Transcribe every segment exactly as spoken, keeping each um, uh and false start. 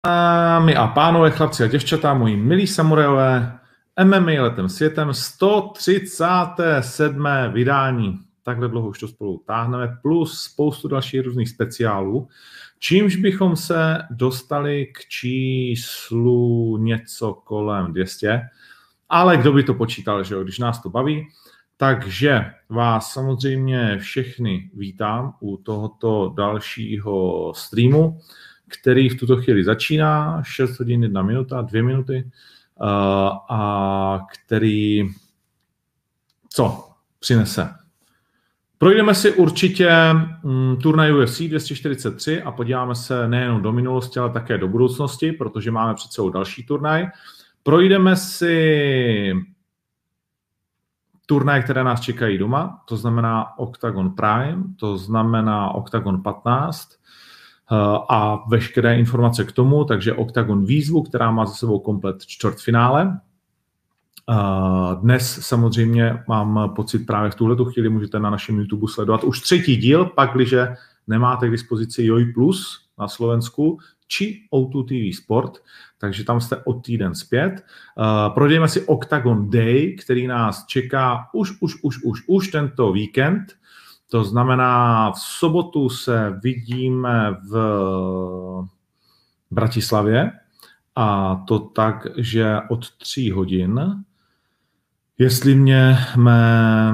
Dámy a pánové, chlapci a děvčata, moji milí samurajové, M M A letem světem, sto třicáté sedmé vydání. Takhle dlouho už to spolu táhneme, plus spoustu dalších různých speciálů, čímž bychom se dostali k číslu něco kolem dvě stě, ale kdo by to počítal, že jo, když nás to baví. Takže vás samozřejmě všechny vítám u tohoto dalšího streamu, který v tuto chvíli začíná, šest hodin, jedna minuta, dvě minuty, a který co přinese. Projdeme si určitě turnaj U F C dvě stě čtyřicet tři a podíváme se nejen do minulosti, ale také do budoucnosti, protože máme před sebou další turnaj. Projdeme si turnaje, které nás čekají doma, to znamená Octagon Prime, to znamená Octagon patnáct, a veškeré informace k tomu, takže Octagon výzvu, která má za sebou komplet čtvrtfinále. Dnes samozřejmě mám pocit právě v tuhletu chvíli můžete na našem YouTube sledovat už třetí díl, pakliže nemáte k dispozici Joj Plus na Slovensku či O dva T V Sport, takže tam jste o týden zpět. Projdeme si Octagon Day, který nás čeká už, už, už, už, už tento víkend. To znamená, v sobotu se vidíme v Bratislavě a to tak, že od tří hodin, jestli mě mé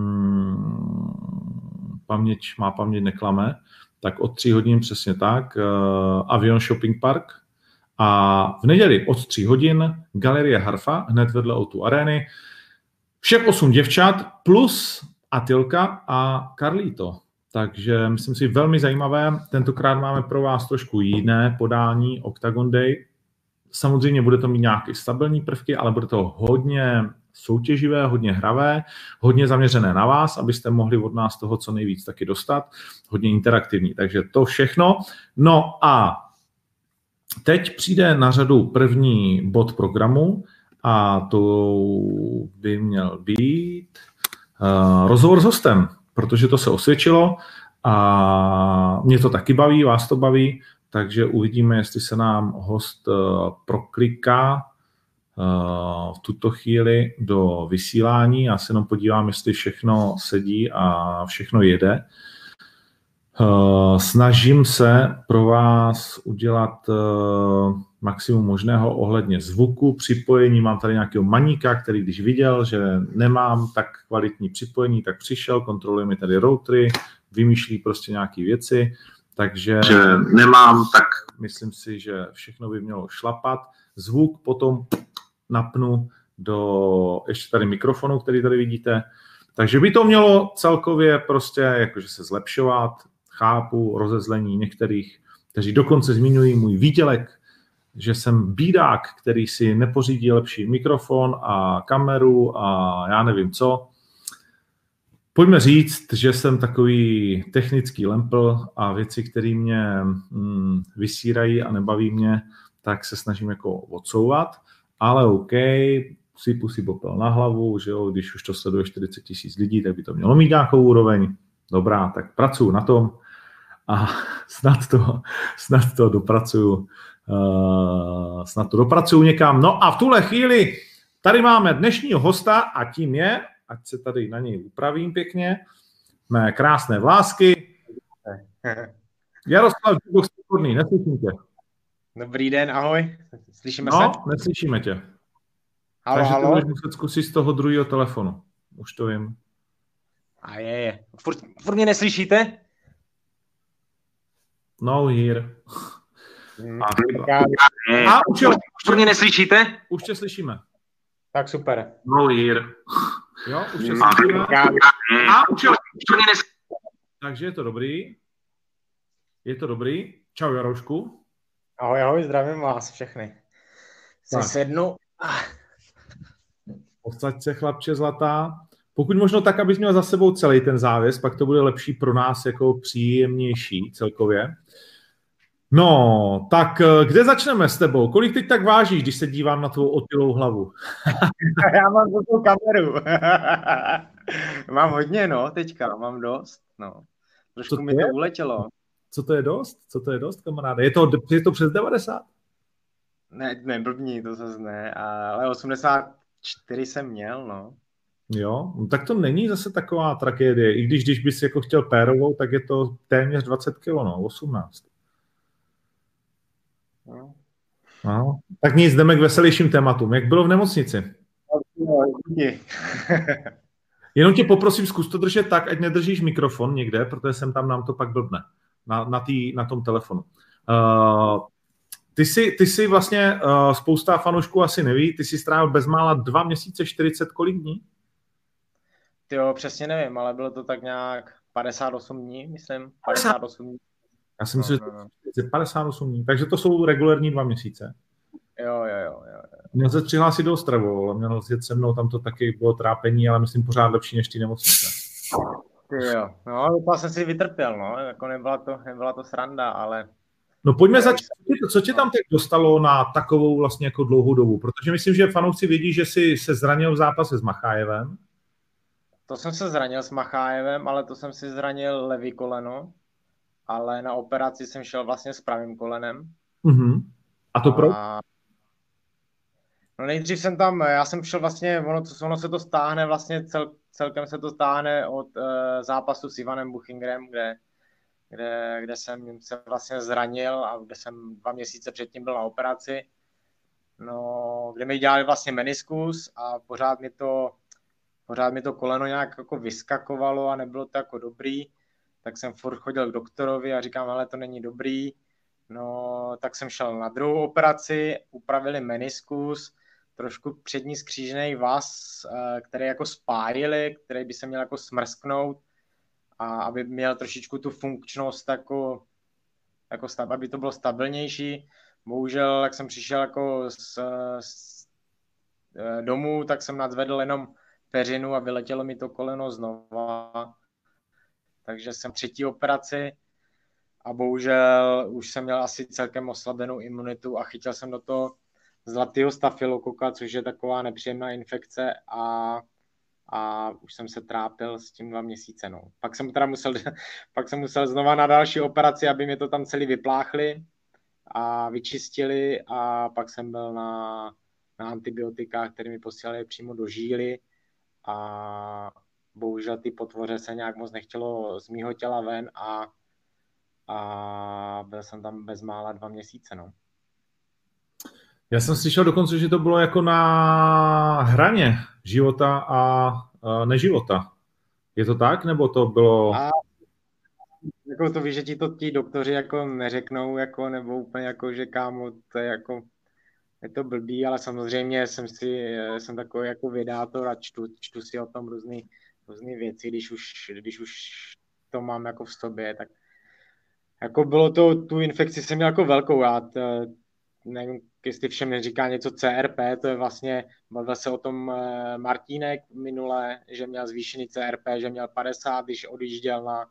hmm, paměť, má paměť neklame, tak od tří hodin přesně tak, uh, Avion Shopping Park a v neděli od tří hodin Galerie Harfa, hned vedle O dva Areny, všech osm děvčat plus Atilka a Carlito. Takže myslím si velmi zajímavé. Tentokrát máme pro vás trošku jiné podání Octagon Day. Samozřejmě bude to mít nějaké stabilní prvky, ale bude to hodně soutěživé, hodně hravé, hodně zaměřené na vás, abyste mohli od nás toho co nejvíc taky dostat. Hodně interaktivní. Takže to všechno. No a teď přijde na řadu první bod programu a to by měl být Uh, rozhovor s hostem, protože to se osvědčilo a mě to taky baví, vás to baví, takže uvidíme, jestli se nám host uh, prokliká uh, v tuto chvíli do vysílání. Já se jenom podívám, jestli všechno sedí a všechno jede. Uh, snažím se pro vás udělat uh, maximum možného ohledně zvuku, připojení. Mám tady nějakého maníka, který když viděl, že nemám tak kvalitní připojení, tak přišel, kontroluje mi tady routery, vymýšlí prostě nějaké věci, takže že nemám, tak myslím si, že všechno by mělo šlapat. Zvuk potom napnu do ještě tady mikrofonu, který tady vidíte, takže by to mělo celkově prostě jakože se zlepšovat. Chápu rozezlení některých, kteří dokonce zmiňují můj výdělek, že jsem bídák, který si nepořídí lepší mikrofon a kameru a já nevím co. Pojďme říct, že jsem takový technický lempl a věci, které mě mm, vysírají a nebaví mě, tak se snažím jako odsouvat, ale OK, sypu si popel na hlavu, že jo, když už to sleduje čtyřicet tisíc lidí, tak by to mělo mít nějakou úroveň. Dobrá, tak pracuju na tom a snad to, snad to dopracuju. Uh, snad to dopracuju někam. No a v tuhle chvíli tady máme dnešního hosta a tím je, ať se tady na něj upravím pěkně, mé krásné vlásky. Jaroslav Dubovský, neslyším tě. Dobrý den, ahoj. Slyšíme no, se? No, neslyšíme tě. Halo, Takže halo. to budeš muset zkusit z toho druhého telefonu. Už to vím. A je, je. Furt, furt mě neslyšíte? No here. Hmm, a, a, a už, furt mě neslyšíte? Už tě slyšíme. Tak super. No here. Jo, už tě slyšíme. A už mě neslyšíte. Takže je to dobrý. Je to dobrý. Čau, Jaroušku. Ahoj, ahoj, zdravím vás všechny. Se sednu. Posaď se, chlapče zlatá. Pokud možno tak, abys měl za sebou celý ten závěs, pak to bude lepší pro nás, jako příjemnější celkově. No, tak kde začneme s tebou? Kolik teď tak vážíš, když se dívám na tvou otylou hlavu? Já mám tu kameru. Mám hodně, no, teďka, mám dost, no. Trošku mi to uletělo. Co to je dost? Co to je dost, kamaráde? Je to, je to přes devadesát? Ne, ne, blbní, to zase ne, ale osmdesát čtyři jsem měl, no. Jo, no, tak to není zase taková tragédie. I když, když bys jako chtěl pérovou, tak je to téměř dvacet kilo, no, osmnáct. no. No. Tak nic, jdeme k veselějším tématům. Jak bylo v nemocnici? Jenom tě poprosím, zkus to držet tak, ať nedržíš mikrofon někde, protože sem tam nám to pak blbne na, na, tý, na tom telefonu. Uh, ty, jsi, ty jsi vlastně, uh, spousta fanoušků asi neví, ty jsi strávil bezmála dva měsíce, čtyřicet kolik dní? Jo, přesně nevím, ale bylo to tak nějak padesát osm dní, myslím. padesát osm dní. Já si myslím, no, no, no. že padesát osm dní, takže to jsou regulérní dva měsíce. Jo, jo, jo. jo. Měl se přihlásit do Ostravu, ale měl jet se mnou, tam to taky bylo trápení, ale myslím pořád lepší než ty nemocnice. Jo, no, to jsem si vytrpěl, no, jako nebyla to, nebyla to sranda, ale... No pojďme začít, co tě tam teď dostalo na takovou vlastně jako dlouhou dobu, protože myslím, že fanoušci vědí, že jsi se zranil v zápase s Machájevem. To jsem se zranil s Machájevem, ale to jsem si zranil levý koleno, ale na operaci jsem šel vlastně s pravým kolenem. Uh-huh. A to proč? No nejdřív jsem tam, já jsem šel vlastně, ono, ono se to stáhne vlastně, cel, celkem se to stáhne od uh, zápasu s Ivanem Buchingerem, kde, kde, kde jsem se vlastně zranil a kde jsem dva měsíce předtím byl na operaci. No, kde mi dělali vlastně meniskus a pořád mi to, pořád mi to koleno nějak jako vyskakovalo a nebylo to jako dobrý. Tak jsem furt chodil k doktorovi a říkám, ale to není dobrý. No, tak jsem šel na druhou operaci, upravili meniskus, trošku přední skřížený vaz, který jako spájili, který by se měl jako smrsknout a aby měl trošičku tu funkčnost jako, jako stav, aby to bylo stabilnější. Bohužel, jak jsem přišel jako z, z domů, tak jsem nadzvedl jenom peřinu a vyletělo mi to koleno znova. Takže jsem třetí operaci a bohužel už jsem měl asi celkem oslabenou imunitu a chytil jsem do toho zlatého stafylokoka, což je taková nepříjemná infekce a, a už jsem se trápil s tím dva měsíce. No. Pak jsem teda musel, pak jsem musel znova na další operaci, aby mě to tam celý vypláchli a vyčistili a pak jsem byl na, na antibiotikách, které mi posílali přímo do žíly a bohužel ty potvoře se nějak moc nechtělo z mýho těla ven a, a byl jsem tam bezmála dva měsíce. No. Já jsem slyšel dokonce, že to bylo jako na hraně života a neživota. Je to tak, nebo to bylo... A jako to víš, že ti to ti doktoři jako neřeknou, jako, nebo úplně jako, že kámo, to je jako, je to blbý, ale samozřejmě jsem si, jsem takový jako vědátor a čtu, čtu si o tom různý, různý věci, když už, když už to mám jako v sobě, tak jako bylo to, tu infekci jsem měl jako velkou, já t, nevím, jestli všem neříká něco C R P, to je vlastně, bavil se o tom Martínek minule, že měl zvýšený C R P, že měl padesát, když odjížděl na,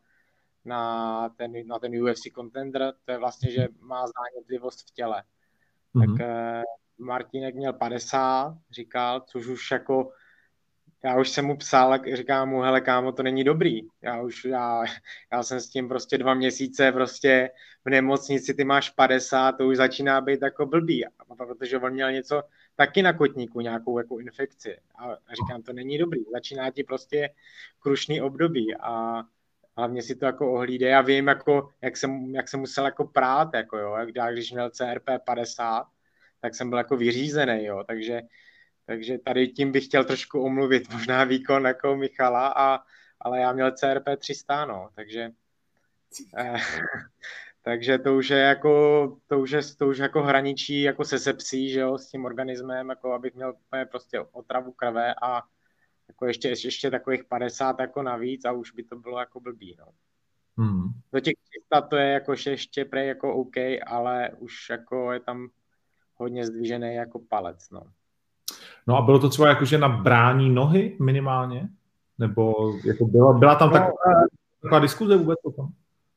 na, ten, na ten U F C Contender, to je vlastně, že má zánětlivost v těle. Mm-hmm. Tak Martínek měl padesát, říkal, což už jako, já už jsem mu psal, říkám mu, hele kámo, to není dobrý. Já už, já, já jsem s tím prostě dva měsíce prostě v nemocnici, ty máš padesát, to už začíná být jako blbý, protože on měl něco taky na kotníku, nějakou jako infekci. A říkám, to není dobrý, začíná ti prostě krušný období a hlavně si to jako ohlídej. Já vím, jako, jak, jsem, jak jsem musel jako prát, jako jo, jak když měl C R P padesát, tak jsem byl jako vyřízený, jo, takže Takže tady tím bych chtěl trošku omluvit možná výkon jako Michala, a, ale já měl C R P tři sta, no, takže, eh, takže to už je jako, to už je, to už jako hraničí jako se sepsí, že jo, s tím organismem, jako abych měl prostě otravu krve a jako ještě, ještě takových padesát jako navíc a už by to bylo jako blbý, no. Hmm. Do těch tři sta to je jako ještě prej jako OK, ale už jako je tam hodně zdvižený jako palec, no. No a bylo to třeba jakože na brání nohy minimálně? Nebo jako byla, byla tam no, taková, taková diskuze vůbec o tom?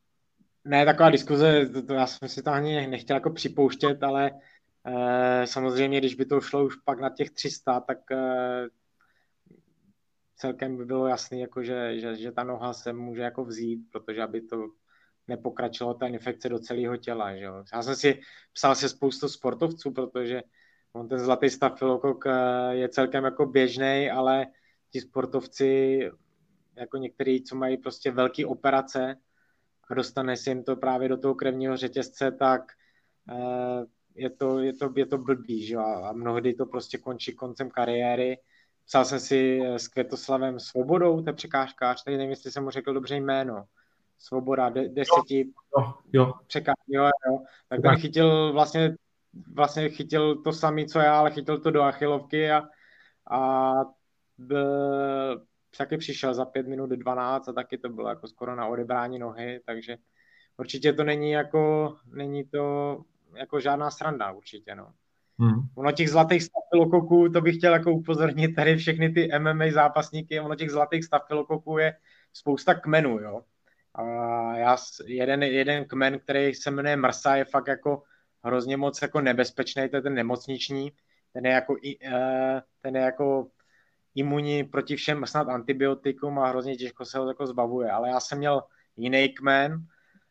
Ne, taková diskuze, to, to já jsem si to ani nechtěl jako připouštět, ale eh, samozřejmě, když by to šlo už pak na těch tři sta, tak eh, celkem by bylo jasný, jako že, že, že ta noha se může jako vzít, protože aby to nepokračovala ta infekce do celého těla. Že jo. Já jsem si psal se spoustu sportovců, protože on ten zlatý stafylokok je celkem jako běžný, ale ti sportovci, jako některý, co mají prostě velké operace a dostane se jim to právě do toho krevního řetězce, tak je to, je to, je to blbý, že jo? A mnohdy to prostě končí koncem kariéry. Psal jsem si s Květoslavem Svobodou, to je překážkář, tady nevím, jestli jsem mu řekl dobře jméno. Svoboda, de, deseti jo, jo. překážek, jo, jo. Tak ten chytil vlastně, vlastně chytil to samé, co já, ale chytil to do achilovky a, a byl, taky přišel za pět minut dvanáct a taky to bylo jako skoro na odebrání nohy, takže určitě to není jako, není to jako žádná sranda určitě, no. Hmm. Ono těch zlatých stafylokoků, to bych chtěl jako upozornit tady všechny ty M M A zápasníky, ono těch zlatých stafylokoků je spousta kmenů, jo. A já, jeden, jeden kmen, který se jmenuje MRSA, je fakt jako hrozně moc jako nebezpečný, to je ten nemocniční, ten je jako, ten je jako imunní proti všem snad antibiotikům a hrozně těžko se ho jako zbavuje, ale já jsem měl jiný kmen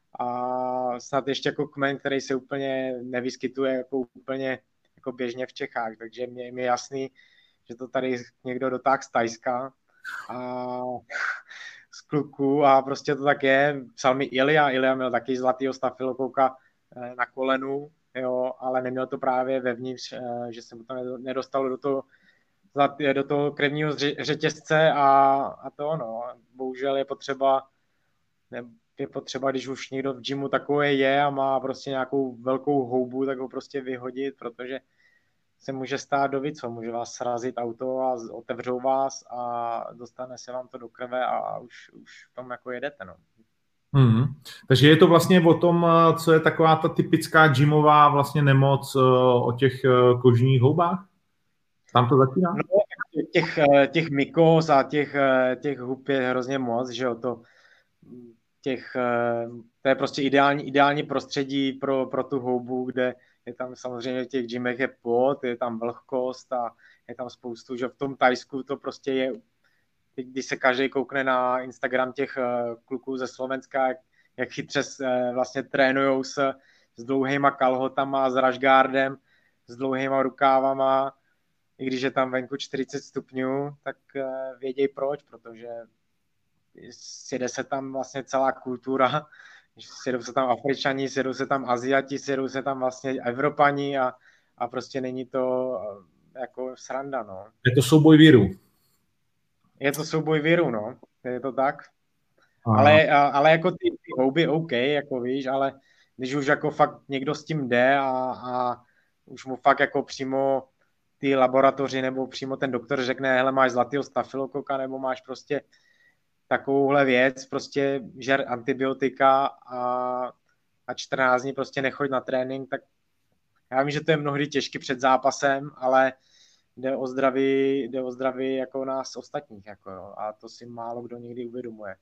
a snad ještě jako kmen, který se úplně nevyskytuje jako úplně jako běžně v Čechách, takže mě je jasný, že to tady někdo dotáhl z Tajska a z kluků a prostě to tak je. Psal mi Ilja, Ilja měl taky zlatýho stafylokoka na kolenu, jo, ale neměl to právě vevnitř, že se mu to nedostalo do toho, do toho krevního řetězce a, a to no, bohužel je potřeba, ne, je potřeba, když už někdo v gymu takové je a má prostě nějakou velkou houbu, tak ho prostě vyhodit, protože se může stát do vico, může vás srazit auto a otevřou vás a dostane se vám to do krve a už, už v tom jako jedete, no. Hmm. Takže je to vlastně o tom, co je taková ta typická gymová vlastně nemoc o těch kožních houbách? Tam to začíná? No, těch, těch mykóz a těch, těch hub je hrozně moc, že jo, to těch, to je prostě ideální, ideální prostředí pro, pro tu houbu, kde je tam samozřejmě v těch gymech je pot, je tam vlhkost a je tam spoustu, že v tom Thajsku to prostě je, když se každý koukne na Instagram těch kluků ze Slovenska, jak, jak chytře vlastně trénujou s, s dlouhýma kalhotama, s rashguardem, s dlouhýma rukávama, i když je tam venku čtyřicet stupňů, tak věděj proč, protože sjede se tam vlastně celá kultura, sjedou se tam Afričani, sjedou se tam Aziati, sjedou se tam vlastně Evropani a, a prostě není to jako sranda, no. Je to souboj víru. Je to souboj víru, no. Je to tak. Ale, ale jako ty, ty houby OK, jako víš, ale když už jako fakt někdo s tím jde a, a už mu fakt jako přímo ty laboratoři nebo přímo ten doktor řekne, hele, máš zlatýho stafylokoka nebo máš prostě takovouhle věc, prostě žer antibiotika a, a čtrnáct dní prostě nechoď na trénink, tak já vím, že to je mnohdy těžký před zápasem, ale jde o zdraví, jde o zdraví jako nás ostatních, jako jo, a to si málo kdo někdy uvědomuje.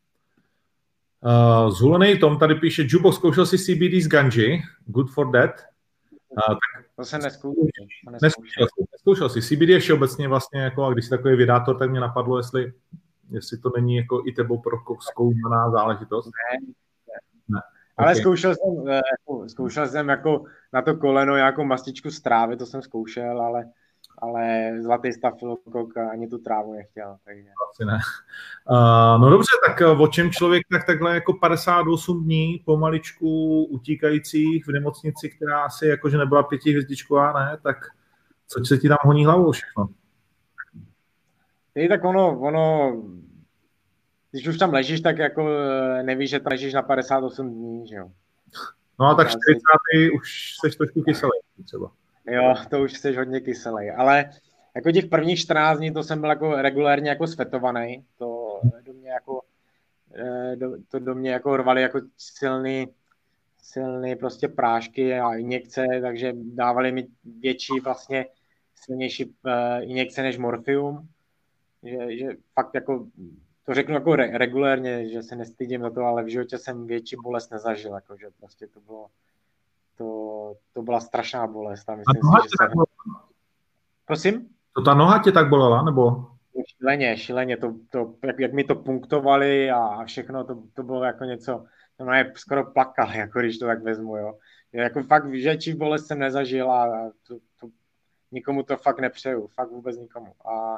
Uh, Zhulený Tom tady píše, Jubo, zkoušel si C B D z ganji, good for that. Uh, tak to se neskoušel. Neskoušel, neskoušel si. C B D je všeobecně vlastně, jako, a když jsi takový vydátor, tak mě napadlo, jestli jestli to není jako i tebou prozkoumaná záležitost. Ne, ne. Ale okay. zkoušel jsem, jako, zkoušel jsem jako na to koleno nějakou mastičku z trávy, to jsem zkoušel, ale, ale zlatý stafylokok ani tu trávu nechtěl. Takže. Asi ne. Uh, no dobře, tak o čem člověk tak takhle jako padesát osm dní pomaličku utíkajících v nemocnici, která asi jakože nebyla pětihvězdičková, ne, tak co se ti tam honí hlavou všechno? Ty, tak ono, ono, když už tam ležíš, tak jako nevíš, že tam ležíš na padesát osm dní, že jo. No a tak čtyřicátý už seš trošku kyselý třeba. Jo, to už seš hodně kyselý, ale jako těch prvních čtrnáct dní to jsem byl jako regulérně jako svetovaný, to do mě jako, do, to do mě jako rvali jako silný, silný prostě prášky a injekce, takže dávali mi větší vlastně silnější injekce než morfium. Že, že fakt jako, to řeknu jako re, regulérně, že se nestydím za to, ale v životě jsem větší bolest nezažil, jako, že prostě to bylo, to, to byla strašná bolest. A myslím a si, že jsem... Prosím? To ta noha tě tak bolela, nebo? Šíleně, šíleně, to, to, jak, jak mi to punktovali a všechno, to, to bylo jako něco, no je skoro plakal, jako když to tak vezmu, jo. Jako fakt větší bolest jsem nezažil a to, to, nikomu to fakt nepřeju, fakt vůbec nikomu. A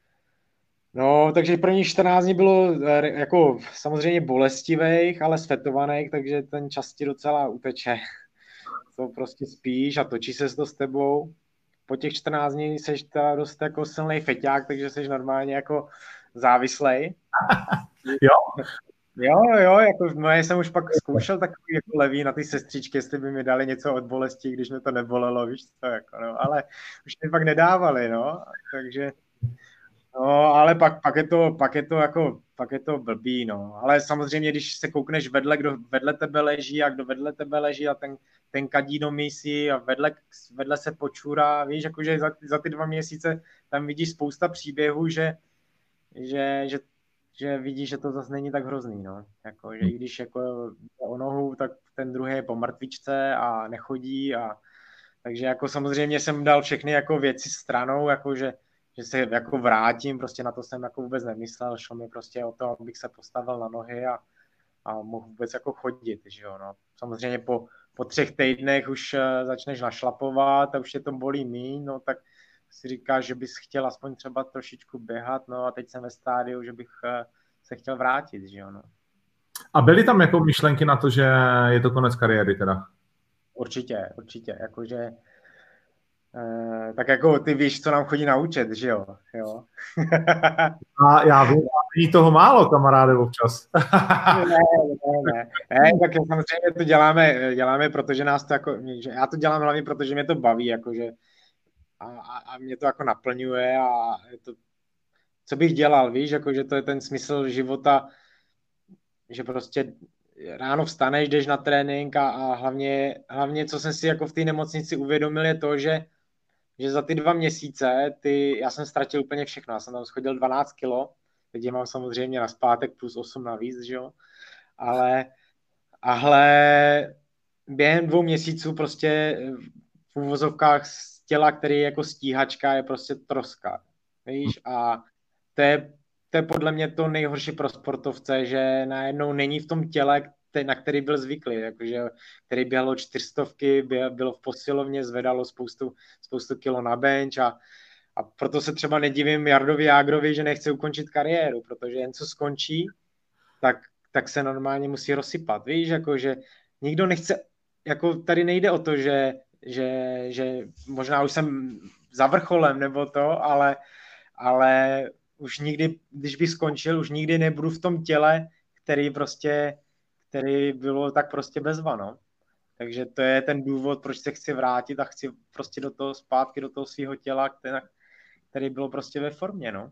no, takže první čtrnáct dní bylo jako samozřejmě bolestivých, ale svetovaných, takže ten čas ti docela uteče. To prostě spíš a točí se to s tebou. Po těch čtrnáct dní seš teda dost jako silný feťák, takže seš normálně jako závislej. Jo? Jo, jo, jako no, já jsem už pak zkoušel takový jako levý na ty sestřičky, jestli by mi dali něco od bolesti, když mi to nebolelo, víš co, jako, no, ale už mi pak nedávali, no, takže, no, ale pak, pak, je to, pak je to jako, pak je to blbý, no, ale samozřejmě, když se koukneš vedle, kdo vedle tebe leží a kdo vedle tebe leží a ten, ten kadí do mísí a vedle, vedle se počůrá, víš, jakože za, za ty dva měsíce tam vidíš spousta příběhů, že, že, že že vidíš, že to zase není tak hrozný, no. Jako, že i když jako o nohu, tak ten druhý je po mrtvičce a nechodí a takže jako samozřejmě jsem dal všechny jako věci stranou, jako že, že se jako vrátím, prostě na to jsem jako vůbec nemyslel, šlo mi prostě o to, abych se postavil na nohy a, a mohl vůbec jako chodit, že jo, no. Samozřejmě po, po třech týdnech už začneš našlapovat a už tě to bolí míň, no tak si říkáš, že bys chtěl aspoň třeba trošičku běhat, no a teď jsem ve stádiu, že bych se chtěl vrátit, že jo, no. A byly tam jako myšlenky na to, že je to konec kariéry teda? Určitě, určitě, jakože eh, tak jako ty víš, co nám chodí na účet, že jo, jo. A já vím, není toho málo, kamaráde, občas. ne, ne, ne, ne, tak samozřejmě to děláme, děláme, protože nás to jako, že já to dělám hlavně, protože mě to baví, jakože a, a, a mě to jako naplňuje a je to, co bych dělal, víš, jako, že to je ten smysl života, že prostě ráno vstaneš, jdeš na trénink a, a hlavně, hlavně, co jsem si jako v té nemocnici uvědomil, je to, že, že za ty dva měsíce, ty, já jsem ztratil úplně všechno, já jsem tam schodil dvanáct kilo, teď je mám samozřejmě na zpátek plus osm navíc, že jo, ale, ale během dvou měsíců prostě v uvozovkách z těla, který je jako stíhačka, je prostě troska, víš, a to je, to je podle mě to nejhorší pro sportovce, že najednou není v tom těle, na který byl zvyklý, jakože, který běhalo čtyřstovky, bylo v posilovně, zvedalo spoustu, spoustu kilo na bench a, a proto se třeba nedivím Jardovi Jágrovi, že nechce ukončit kariéru, protože jen co skončí, tak, tak se normálně musí rozsypat, víš, jakože nikdo nechce, jako tady nejde o to, že, že, že možná už jsem za vrcholem nebo to, ale, ale už nikdy, když bych skončil, už nikdy nebudu v tom těle, který prostě, který bylo tak prostě bezva, no. Takže to je ten důvod, proč se chci vrátit a chci prostě do toho zpátky, do toho svého těla, který, který bylo prostě ve formě, no.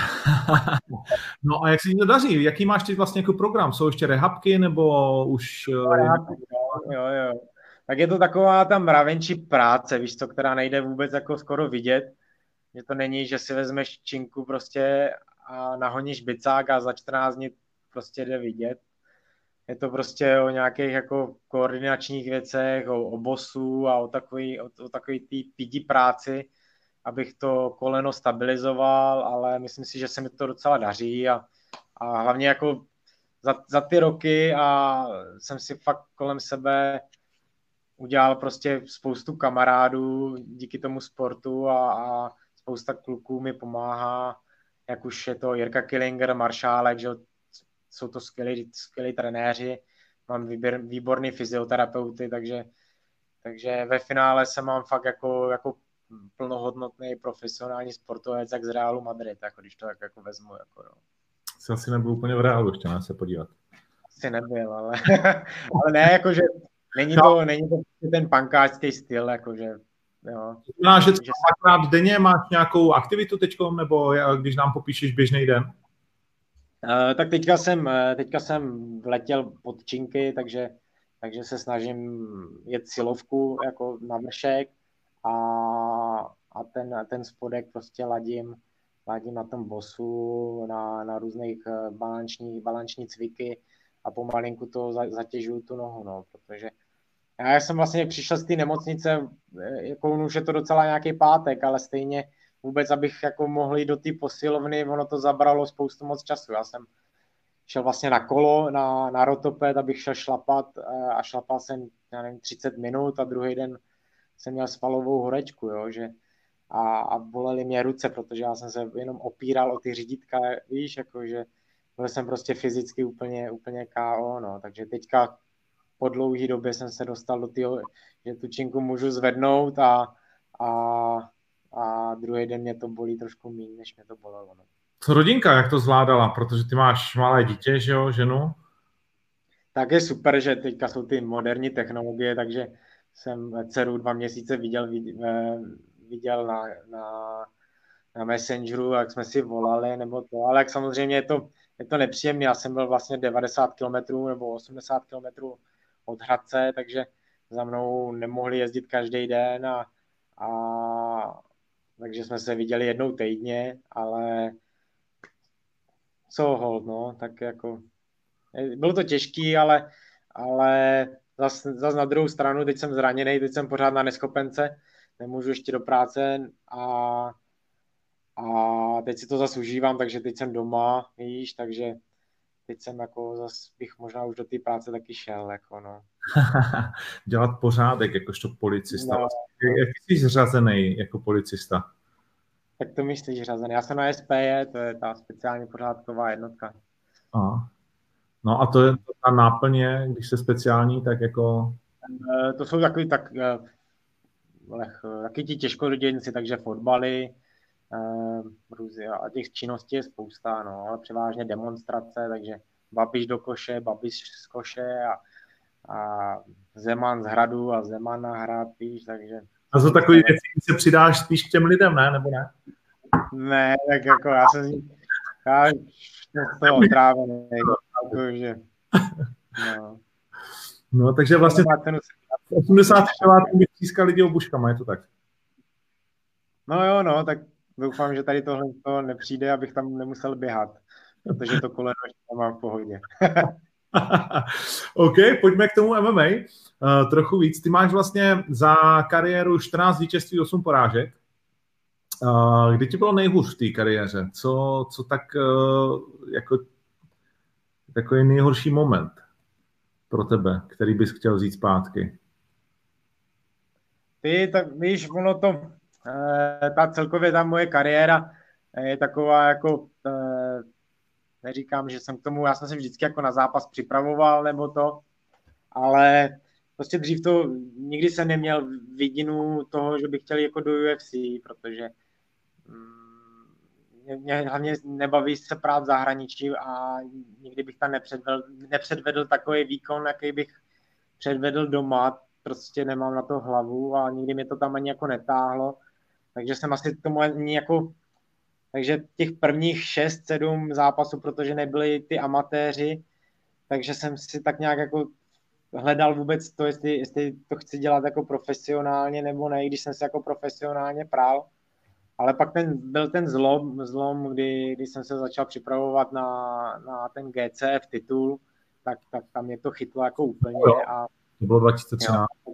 No a jak se ti to daří? Jaký máš teď vlastně jako program? Jsou ještě rehabky nebo už... No, rehabky, jo, jo, jo. Tak je to taková tam mravenčí práce, víš co, která nejde vůbec jako skoro vidět, že to není, že si vezmeš činku prostě a nahoníš bicák a za čtrnáct dní prostě jde vidět. Je to prostě o nějakých jako koordinačních věcech, o, o bosu a o takový, o, o takový tý pidi práci, abych to koleno stabilizoval, ale myslím si, že se mi to docela daří a, a hlavně jako za, za ty roky a jsem si fakt kolem sebe udělal prostě spoustu kamarádů díky tomu sportu a, a spousta kluků mi pomáhá, jak už je to Jirka Killinger, Maršálek, že jsou to skvělí, skvělí trenéři, mám výběr, výborný fyzioterapeuty, takže, takže ve finále se mám fakt jako, jako plnohodnotný profesionální sportovec, jak z Realu Madrid, jako když to tak jako vezmu. Jako, no. Jsi asi nebyl úplně v Realu ještě, ne, se podívat. Asi nebyl, ale, ale ne, jakože není to, no. Není to ten pankáčský styl, jakože jo. Znamená, že třeba dvakrát denně máš nějakou aktivitu teďkom, nebo když nám popíšeš běžný den? Uh, tak teďka jsem, teďka jsem vletěl pod činky, takže, takže se snažím jet silovku jako na vršek a, a ten, ten spodek prostě ladím, ladím na tom bosu, na, na různých balanční, balanční cviky a pomalinku to za, zatěžuju tu nohu, no, protože já jsem vlastně přišel z té nemocnice, jako už je to docela nějaký pátek, ale stejně vůbec, abych jako mohl jít do té posilovny, ono to zabralo spoustu moc času. Já jsem šel vlastně na kolo, na, na rotoped, abych šel šlapat a šlapal jsem, já nevím, třicet minut a druhý den jsem měl svalovou horečku, jo, že a, a bolely mě ruce, protože já jsem se jenom opíral o ty řídítka, víš, jakože byl jsem prostě fyzicky úplně, úplně ká ó, no, takže teďka po dlouhé době jsem se dostal do toho, že tu činku můžu zvednout a, a, a druhý den mě to bolí trošku méně, než mě to bolelo, no. Co rodinka, jak to zvládala? Protože ty máš malé dítě, že jo, ženu? Tak je super, že teďka jsou ty moderní technologie, takže jsem dceru dva měsíce viděl, viděl na, na, na Messengeru, jak jsme si volali, nebo to, ale jak samozřejmě je to, je to nepříjemné. Já jsem byl vlastně devadesát kilometrů nebo osmdesát kilometrů od Hradce, takže za mnou nemohli jezdit každý den a, a takže jsme se viděli jednou týdně, ale co hold, no, tak jako bylo to těžký, ale, ale zas, zas na druhou stranu, teď jsem zraněný, teď jsem pořád na neschopence, nemůžu ještě do práce a, a teď si to zase užívám, takže teď jsem doma, víš, takže teď jsem jako zase bych možná už do té práce taky šel, jako no. Dělat pořádek, jakožto policista. No. Jak jsi zřazený jako policista? Tak to myslíš řazený. Já jsem na es pé é, to je ta speciální pořádková jednotka. A. No a to je ta náplně, když se speciální, tak jako... To jsou takový tak, lech, taky ti těžkodějníci, takže fotbaly, různě, a těch činností je spousta, no, ale převážně demonstrace, takže Babiš do koše, Babiš z koše a, a Zeman z hradu a Zeman na hrad, víš, takže... A jsou takové věci, když se přidáš spíš k těm lidem, ne? Nebo ne? Ne, tak jako já jsem já jsem z toho otrávený, takže... No. No, takže vlastně v osmdesátých letech bych třískal lidi obuškama, je to tak? No jo, no, tak doufám, že tady tohle to nepřijde, abych tam nemusel běhat, protože to koleno ještě mám v pohodě. OK, pojďme k tomu M M A. Uh, trochu víc. Ty máš vlastně za kariéru čtrnáct vítězství, osm porážek. Uh, kdy ti bylo nejhůř v té kariéře? Co, co tak uh, jako takový nejhorší moment pro tebe, který bys chtěl vzít zpátky? Ty, tak víš, ono to, ta celkově ta moje kariéra je taková jako, neříkám, že jsem k tomu, já jsem se vždycky jako na zápas připravoval nebo to, ale prostě dřív to, nikdy jsem neměl vidinu toho, že bych chtěl jako do U F C, protože mě, mě hlavně nebaví se prát v zahraničí a nikdy bych tam nepředvedl, nepředvedl takový výkon, jaký bych předvedl doma, prostě nemám na to hlavu a nikdy mě to tam ani jako netáhlo, takže jsem asi tomu ani jako, takže těch prvních šest, sedm zápasů, protože nebyli ty amatéři, takže jsem si tak nějak jako hledal vůbec to, jestli, jestli to chci dělat jako profesionálně nebo ne, když jsem se jako profesionálně prál. Ale pak ten, byl ten zlom, zlom kdy, kdy jsem se začal připravovat na, na ten G C F titul, tak, tak tam mě to chytlo jako úplně. A, to bylo dva tisíce třináct. Jo,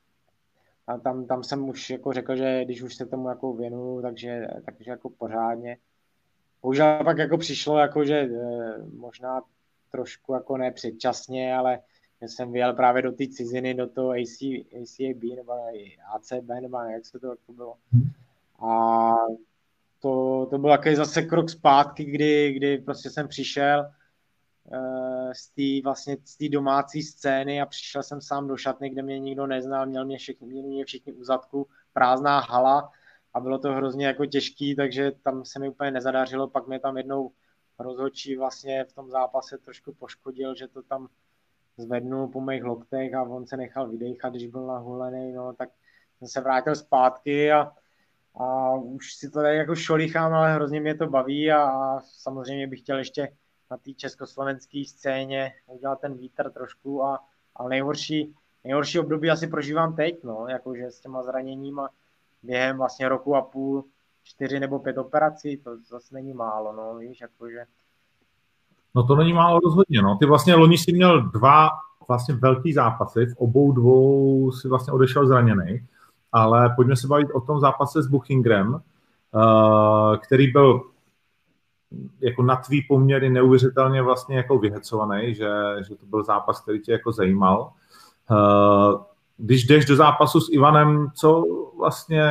a tam, tam jsem už jako řekl, že když už se tomu jako věnuju, takže, takže jako pořádně. Bohužel pak jako přišlo, jako, že možná trošku jako ne předčasně, ale jsem vyjel právě do té ciziny, do toho A C, A C A B nebo A C B, nebo jak se to jako bylo. A to, to byl takový zase krok zpátky, kdy, kdy prostě jsem přišel uh, z té vlastně z té domácí scény a přišel jsem sám do šatny, kde mě nikdo neznal, měl mě všichni, měli mě všichni u zadku, prázdná hala a bylo to hrozně jako těžký, takže tam se mi úplně nezadařilo, pak mě tam jednou rozhodčí vlastně v tom zápase trošku poškodil, že to tam zvednul po mých loktech a on se nechal vydejchat, když byl nahulený, no, tak jsem se vrátil zpátky a A už si to tady jako šolichám, ale hrozně mě to baví a, a samozřejmě bych chtěl ještě na té československé scéně udělat ten vítr trošku a, a nejhorší, nejhorší období asi prožívám teď, no, jakože s těma zraněníma během vlastně roku a půl, čtyři nebo pět operací, to zase není málo, no, víš, jakože. No to není málo rozhodně, no. Ty vlastně loni jsi měl dva vlastně velký zápasy, v obou dvou si vlastně odešel zraněný. Ale pojďme se bavit o tom zápase s Buchingrem, který byl jako na tvý poměry neuvěřitelně vlastně jako vyhecovaný, že, že to byl zápas, který tě jako zajímal. Když jdeš do zápasu s Ivanem, co vlastně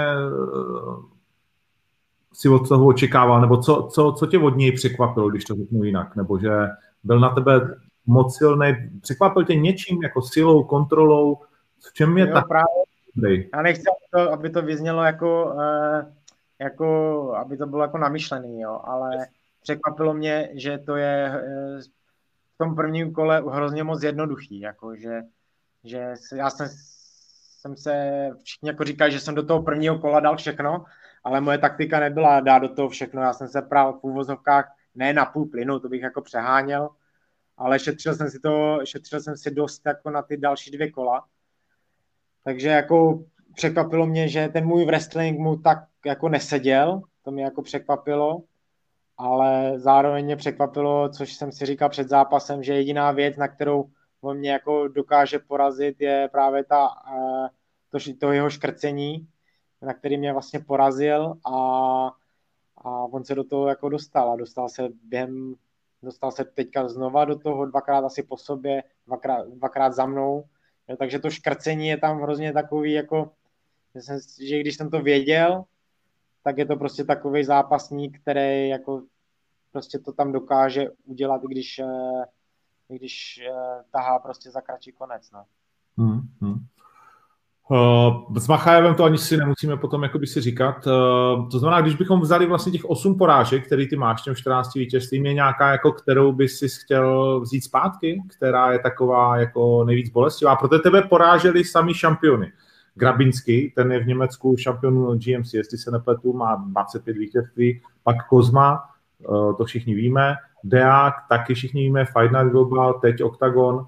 si od toho očekával, nebo co, co, co tě od něj překvapilo, když to řeknu jinak, nebo že byl na tebe moc silný, překvapil tě něčím, jako silou, kontrolou, v čem je jo, tak? Právě. Já nechci, aby to, aby to vyznělo jako, jako, aby to bylo jako namyšlený, jo, ale překvapilo mě, že to je v tom prvním kole hrozně moc jednoduchý, jako, že, že já jsem, jsem se, všichni jako říkají, že jsem do toho prvního kola dal všechno, ale moje taktika nebyla dát do toho všechno, já jsem se prál v úvozovkách ne na půl plynu, to bych jako přeháněl, ale šetřil jsem si to, šetřil jsem si dost jako na ty další dvě kola. Takže jako překvapilo mě, že ten můj wrestling mu tak jako neseděl, to mě jako překvapilo, ale zároveň mě překvapilo, což jsem si říkal před zápasem, že jediná věc, na kterou on mě jako dokáže porazit, je právě ta, to, to jeho škrcení, na který mě vlastně porazil a, a on se do toho jako dostal a dostal se během, dostal se teďka znova do toho, dvakrát asi po sobě, dvakrát, dvakrát za mnou. Jo, takže to škrcení je tam hrozně takový, jako, že, jsem, že když jsem to věděl, tak je to prostě takový zápasník, který jako prostě to tam dokáže udělat, když, když tahá prostě za kratší konec. No. Hmm, hmm. Uh, s Machajevem to ani si nemusíme potom jakoby si říkat. Uh, to znamená, když bychom vzali vlastně těch osm porážek, který ty máš, těm čtrnácti vítězstvím, je nějaká, jako, kterou by si chtěl vzít zpátky, která je taková jako nejvíc bolestivá. Proto tebe poráželi sami šampiony. Grabinský, ten je v Německu šampion G M C, jestli se nepletu, má dvacet pět vítězství, pak Kozma, uh, to všichni víme, Deák, taky všichni víme, Fight Night Global, teď Octagon.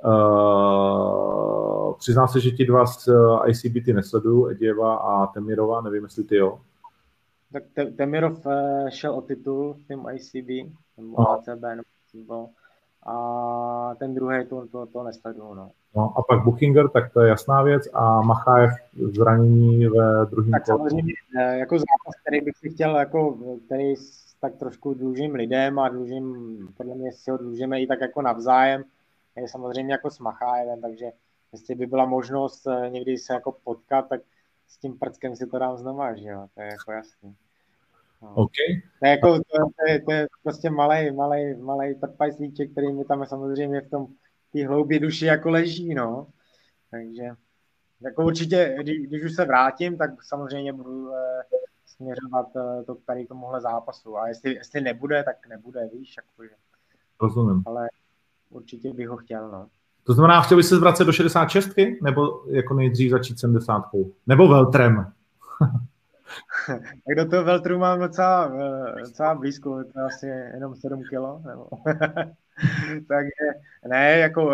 Uh, přiznám se, že ti dva z I C B T nesleduju, Edieva a Temirova, nevím, jestli ty jo. Tak te- Temirov uh, šel o titul v tom I C B, nebo A C B, nebo a ten druhý to, to, to nesleduju, no. No a pak Buchinger, tak to je jasná věc, a Machajev zranění ve druhém tak kole. Samozřejmě jako zápas, který bych si chtěl, jako, který tak trošku dlužím lidem a dlužím, podle mě si ho dlužíme i tak jako navzájem, je samozřejmě jako s Machajevem, takže jestli by byla možnost někdy se jako potkat, tak s tím prckem si to dám znova, že jo, to je jako jasný. No. Okay. To je jako, to, to, je, to je prostě malej, malej, malej trpajslíček, který mi tam samozřejmě v tom té hloubě duši jako leží, no. Takže jako určitě, když, když už se vrátím, tak samozřejmě budu eh, směřovat eh, to tady k tomuhle zápasu. A jestli, jestli nebude, tak nebude, víš, jakože. Rozumím. Ale určitě bych ho chtěl, no. To znamená, chtěl bys se vracet do šedesát šest, nebo jako nejdřív začít sedmdesátkou? Nebo veltrem? Tak do toho veltru mám docela, docela blízko, to je asi jenom sedm kilo. Nebo. Takže ne, jako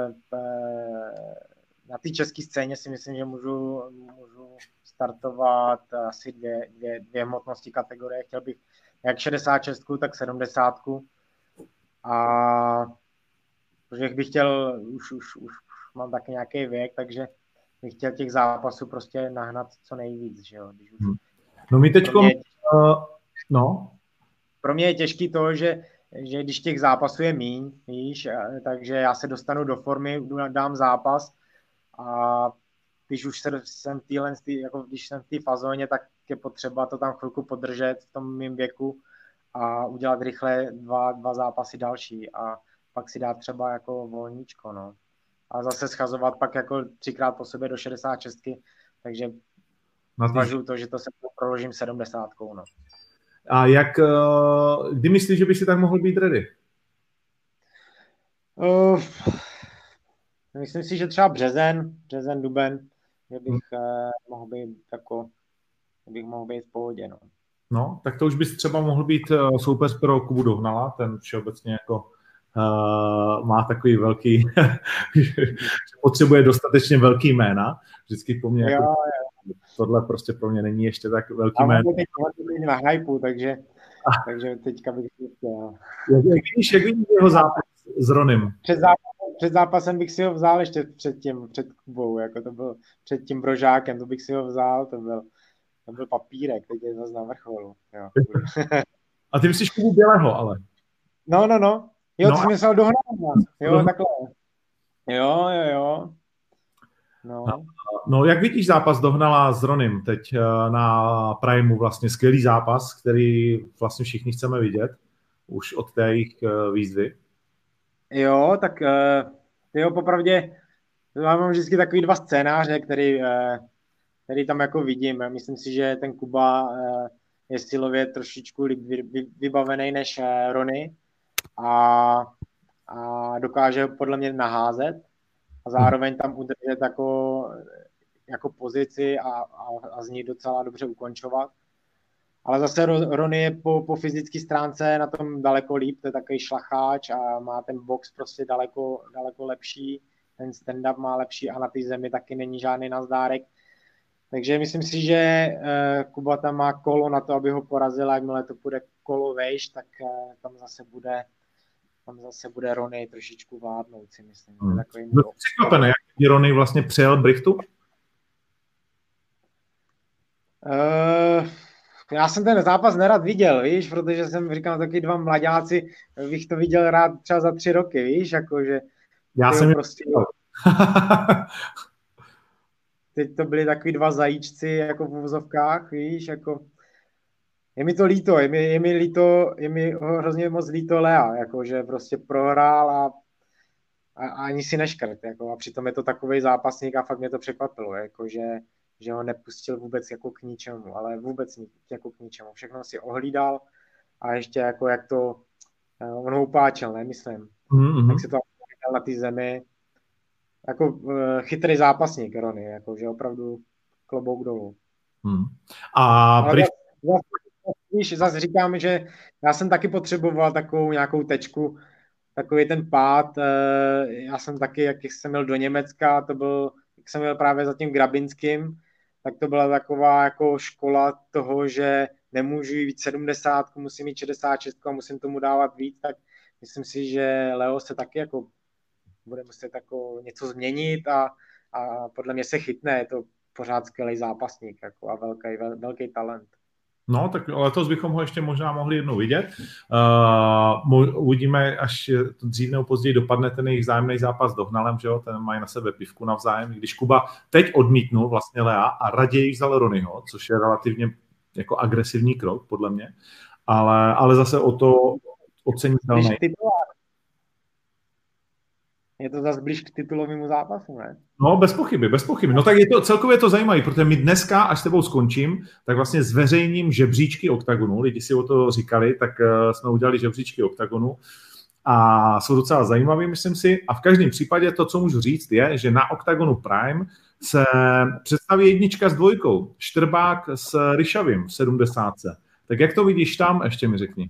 na té české scéně si myslím, že můžu, můžu startovat asi dvě, dvě, dvě hmotnosti kategorie. Chtěl bych jak šedesát šest, tak sedmdesát. A protože bych chtěl, už, už, už mám taky nějaký věk, takže bych chtěl těch zápasů prostě nahnat co nejvíc, že jo. Když už... No my teďko... Pro mě, uh, no. Pro mě je těžký to, že, že když těch zápasů je míň, víš, takže já se dostanu do formy, dám zápas a když už se, jsem v téhle, jako když jsem v té fazóně, tak je potřeba to tam chvilku podržet v tom mým věku a udělat rychle dva, dva zápasy další a pak si dát třeba jako volníčko, no. A zase schazovat pak jako třikrát po sobě do šedesát šest, takže zvažuju to, že to se proložím sedmdesátkou, no. A jak, kdy myslíš, že by si tak mohl být ready? Uh, myslím si, že třeba březen, březen, duben, že bych hmm. uh, mohl být jako, bych mohl být v pohodě, no. No, tak to už bys třeba mohl být uh, soupeř pro Kubu Dohnala, ten všeobecně jako uh, má takový velký, potřebuje dostatečně velký jména, vždycky po mně jako, jo, jo. Tohle prostě pro mě není ještě tak velký jméno. A teď na hypeu, takže, takže teďka bych si chtěl. Jak vidíš, jak vidíš jeho zápas s Ronym? Před zápasem, před zápasem bych si ho vzal ještě před tím, před Kubou, jako to byl před tím Brožákem, to bych si ho vzal, to byl, to byl papírek, teď je zase na vrcholu. Jo. A ty myslíš Kubu Bělého, ale. No, no, no. Jo, no ty jsi myslel dohnat. Jo, dohnat. takhle. Jo, jo, jo. No. No, jak vidíš zápas Dohnala s Ronym teď na Primeu, vlastně skvělý zápas, který vlastně všichni chceme vidět, už od té jejich výzvy. Jo, tak jo, popravdě já mám vždycky takový dva scénáře, který, který tam jako vidím. Myslím si, že ten Kuba je silově trošičku líp vybavený než Rony a, a dokáže podle mě naházet a zároveň tam udržet jako, jako pozici a, a, a z ní docela dobře ukončovat. Ale zase Rony je po, po fyzické stránce na tom daleko líp, to je takový šlacháč a má ten box prostě daleko, daleko lepší, ten stand-up má lepší a na té zemi taky není žádný nazdárek. Takže myslím si, že uh, Kuba tam má kolo na to, aby ho porazil, jakmile to půjde kolo vejš, tak uh, tam zase bude tam zase bude Rony trošičku vládnout, si myslím. Hmm. Byl překvapený, jak Rony vlastně přejel Brichtu? Uh, já jsem ten zápas nerad viděl, víš, protože jsem říkal, taky dva mladáci, bych to viděl rád třeba za tři roky, víš, jakože... Já jsem prostě... Teď to byly takový dva zajíčci, jako v úvozovkách, víš, jako... Je mi to líto, je mi, je mi líto, je mi hrozně moc líto Lea, jakože prostě prohrál a, a, a ani si neškrt, jako, a přitom je to takovej zápasník a fakt mě to překvapilo, jakože že ho nepustil vůbec jako k ničemu, ale vůbec jako k ničemu. Všechno si ohlídal a ještě jako jak to, on ho upáčel, ne, myslím. Mm-hmm. Tak si to ohlídal na té zemi. Jako uh, chytrý zápasník, Rony, jako, že opravdu klobouk dolů. Hmm. A ale zase, zase, víš, zase říkám, že já jsem taky potřeboval takovou nějakou tečku, takový ten pád. Uh, já jsem taky, jak jsem měl do Německa, to byl, jak jsem měl právě za tím Grabinským, tak to byla taková jako škola toho, že nemůžu jít sedmdesát, musím mít šedesát šest a musím tomu dávat víc, tak myslím si, že Leo se taky jako bude muset jako něco změnit a, a podle mě se chytne, je to pořád skvělý zápasník jako a velký, vel, velký talent. No, tak letos bychom ho ještě možná mohli jednou vidět. Uh, uvidíme, až to dřív nebo později dopadne ten jejich vzájemný zápas s Dohnalem, že jo, ten mají na sebe pivku navzájem, když Kuba teď odmítnul vlastně Lea a raději vzal Ronyho, což je relativně jako agresivní krok, podle mě, ale, ale zase o to ocenitelný. Je to zase blíž k titulovému zápasu, ne? No, bez pochyby, bez pochyby. No tak je to, celkově to zajímavé, protože my dneska, až s tebou skončím, tak vlastně zveřejním žebříčky OKTAGONu. Lidi si o to říkali, tak uh, jsme udělali žebříčky OKTAGONu a jsou docela zajímavé, myslím si. A v každém případě to, co můžu říct, je, že na OKTAGONu Prime se představí jednička s dvojkou. Štrbák s Ryšavým v sedmdesátce. Tak jak to vidíš tam, ještě mi řekni.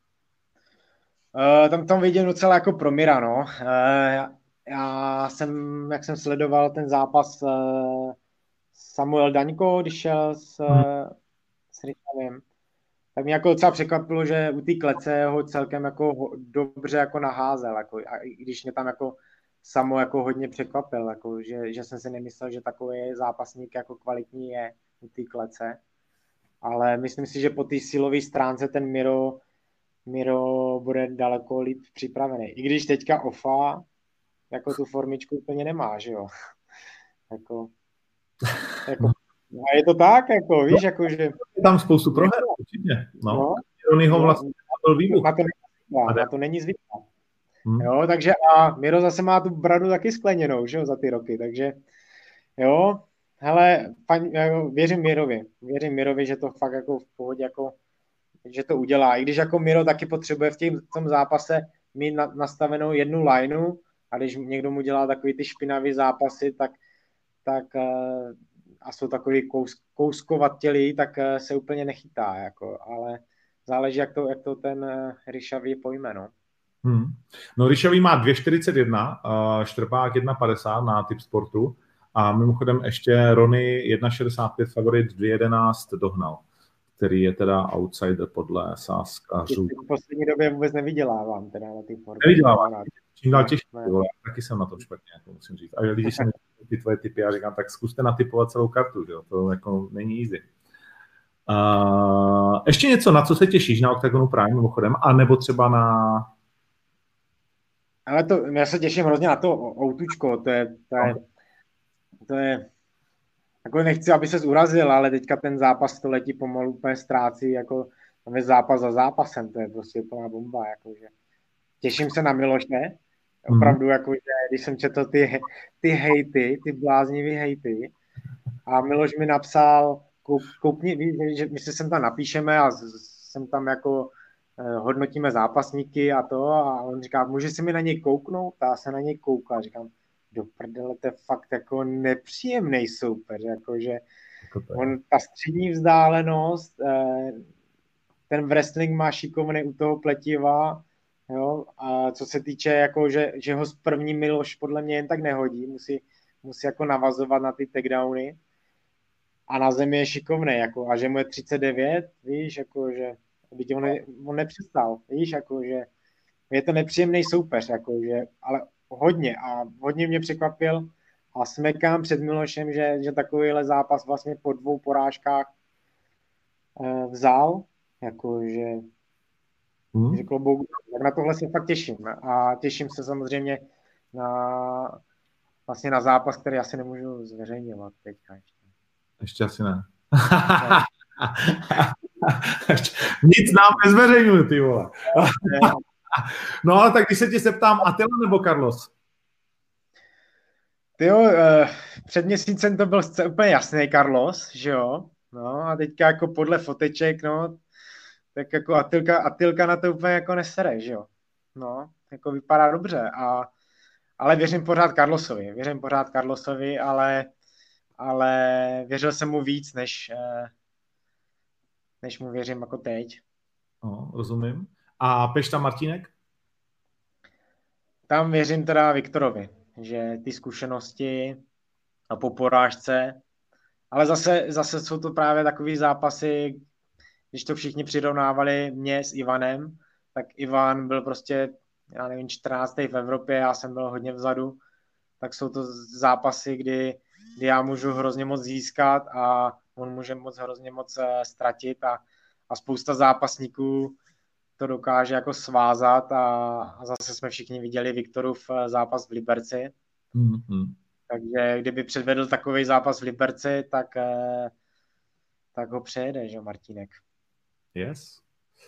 Uh, tam, tam vidím docela jako promira, no. Uh, já, já jsem, jak jsem sledoval ten zápas uh, Samuel Daňko, když šel s, uh, s Rychavým, tak mě jako docela překvapilo, že u té klece ho celkem jako ho, dobře jako naházel, jako, a i když mě tam jako Samo jako hodně překvapil, jako, že, že jsem si nemyslel, že takový zápasník jako kvalitní je u té klece, ale myslím si, že po té silové stránce ten Miro Miro bude daleko líp připravený. I když teďka Ofa jako tu formičku úplně nemá, že jo. jako, jako, a je to tak, jako, víš, jako, že... Je tam spoustu proher, určitě. No. no. Ronyho vlastně byl výbuch. Na to, na to není zvyklá. Hmm. Jo, takže a Miro zase má tu bradu taky skleněnou, že jo, za ty roky, takže jo, hele, paň, jako, věřím Mirovi, věřím Mirovi, že to fakt jako v pohodě jako že to udělá. I když jako Miro taky potřebuje v, tím, v tom zápase mít na, nastavenou jednu lineu a když někdo mu dělá takový ty špinavý zápasy, tak, tak uh, a jsou takový kous, kouskovatělí, tak uh, se úplně nechytá. Jako, ale záleží, jak to, jak to ten uh, Ryšavý pojme. No, hmm. no Ryšavý má dvě čtyřicet jedna, uh, Štrbák jedna padesát na typ sportu a mimochodem ještě Rony jedna šedesát pět favorit dvě jedenáct Dohnal, který je teda outsider podle sázkařů. V poslední době vůbec nevydělávám teda na ty formy. Nevydělávám, čím dál těžší, taky jsem na tom špatně, jako musím říct. A když jsem ty tvoje tipy, já říkám, tak zkuste natypovat celou kartu, že jo? To jako není easy. Uh, ještě něco, na co se těšíš na Octagonu Prime mimochodem, a nebo třeba na... Ale to, já se těším hrozně na to outučko, to je, to je, to je, jako nechci, aby ses urazil, ale teďka ten zápas století pomalu úplně ztrácí, jako tam je zápas za zápasem, to je prostě úplná bomba, jakože. Těším se na Miloše, opravdu, mm. jakože, když jsem četl ty, ty hejty, ty bláznivý hejty, a Miloš mi napsal, koup, koupni, že my si sem tam napíšeme a sem tam jako eh, hodnotíme zápasníky a to, a on říká, může si mi na něj kouknout? A já se na něj koukla, říkám, do prdele, to je fakt jako nepříjemný soupeř, jakože on, ta střední vzdálenost, eh, ten wrestling má šikovný u toho pletiva, jo, a co se týče, jako, že, že ho z první Miloš podle mě jen tak nehodí, musí, musí jako navazovat na ty takedowny a na zemi je šikovný, jako, a že mu je třicet devět, víš, jako, že on, ne, on nepřestal, víš, jako, že je to nepříjemný soupeř, jako, že, ale hodně a hodně mě překvapil a smekám před Milošem, že, že takovýhle zápas vlastně po dvou porážkách eh, vzal, jakože hmm. že klobouk, tak na tohle se fakt těším a těším se samozřejmě na vlastně na zápas, který asi nemůžu zveřejňovat teďka ještě. Ještě asi ne. Nic nám nezveřejňuju, ty vole. No ale tak když se tě zeptám, Attila nebo Carlos? Tyjo, před měsícem to byl úplně jasný Carlos, že jo? No a teďka jako podle foteček, no, tak jako Attilka, Attilka na to úplně jako nesere, že jo? No, jako vypadá dobře, a, ale věřím pořád Carlosovi, věřím pořád Carlosovi, ale, ale věřil jsem mu víc, než, než mu věřím jako teď. No, rozumím. A Pešta Martínek? Tam věřím teda Viktorovi, že ty zkušenosti a po porážce, ale zase, zase jsou to právě takový zápasy, když to všichni přirovnávali mě s Ivanem, tak Ivan byl prostě, já nevím, čtrnáctý v Evropě, já jsem byl hodně vzadu, tak jsou to zápasy, kdy, kdy já můžu hrozně moc získat a on může moc hrozně moc ztratit a, a spousta zápasníků to dokáže jako svázat a, a zase jsme všichni viděli Viktorův zápas v Liberci. Mm-hmm. Takže kdyby předvedl takový zápas v Liberci, tak, tak ho přejede, že Martínek. Yes.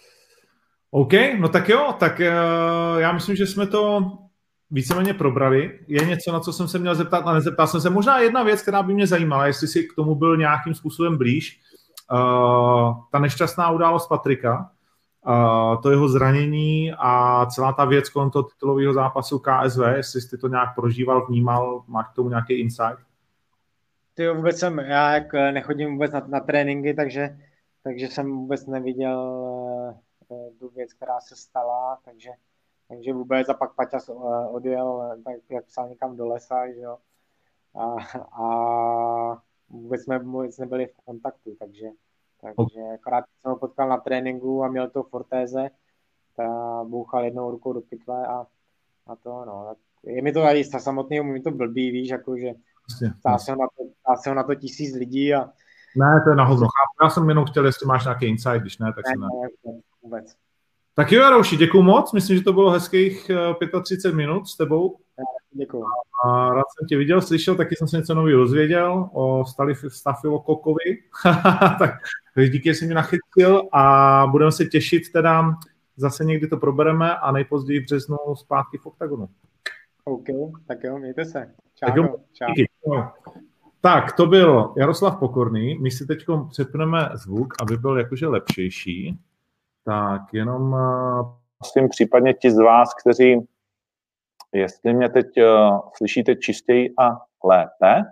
OK, no tak jo, tak uh, já myslím, že jsme to víceméně probrali. Je něco, na co jsem se měl zeptat a nezeptal jsem se. Možná jedna věc, která by mě zajímala, jestli si k tomu byl nějakým způsobem blíž. Uh, ta nešťastná událost Patrika, uh, to jeho zranění a celá ta věc kolem toho titulového zápasu K S V, jestli jsi to nějak prožíval, vnímal, máš k tomu nějaký insight? Ty jo, vůbec jsem, já jak nechodím vůbec na, na tréninky, takže, takže jsem vůbec neviděl uh, tu věc, která se stala, takže, takže vůbec a pak Paťas uh, odjel, tak jak psal někam do lesa, že jo, a, a vůbec jsme vůbec nebyli v kontaktu, takže takže akorát jsem ho potkal na tréninku a měl to Fortéze, ta bouchal jednou rukou do pytle a, a to, no. Je mi to tady samotného, mi to blbý, víš, jakože stál se na to, na to tisíc lidí a... Ne, to je na hovno. Já jsem jenom chtěl, jestli máš nějaký insight, když ne, tak ne, se ne. ne. Vůbec. Tak jo, Jarouši, děkuju moc, myslím, že to bylo hezkých třicet pět minut s tebou. Děkuju. A rád jsem tě viděl, slyšel, taky jsem se něco nového dozvěděl o Stafilokokovi. Tak díky, že jsi mě nachytil a budeme se těšit teda, zase někdy to probereme a nejpozději v březnu zpátky v Octagonu. OK, tak jo, mějte se. Čau. Tak, jo, díky. Tak, to byl Jaroslav Pokorný. My si teď přepneme zvuk, aby byl jakože lepšejší. Tak jenom... Myslím případně ti z vás, kteří, jestli mě teď uh, slyšíte čistěji a lépe,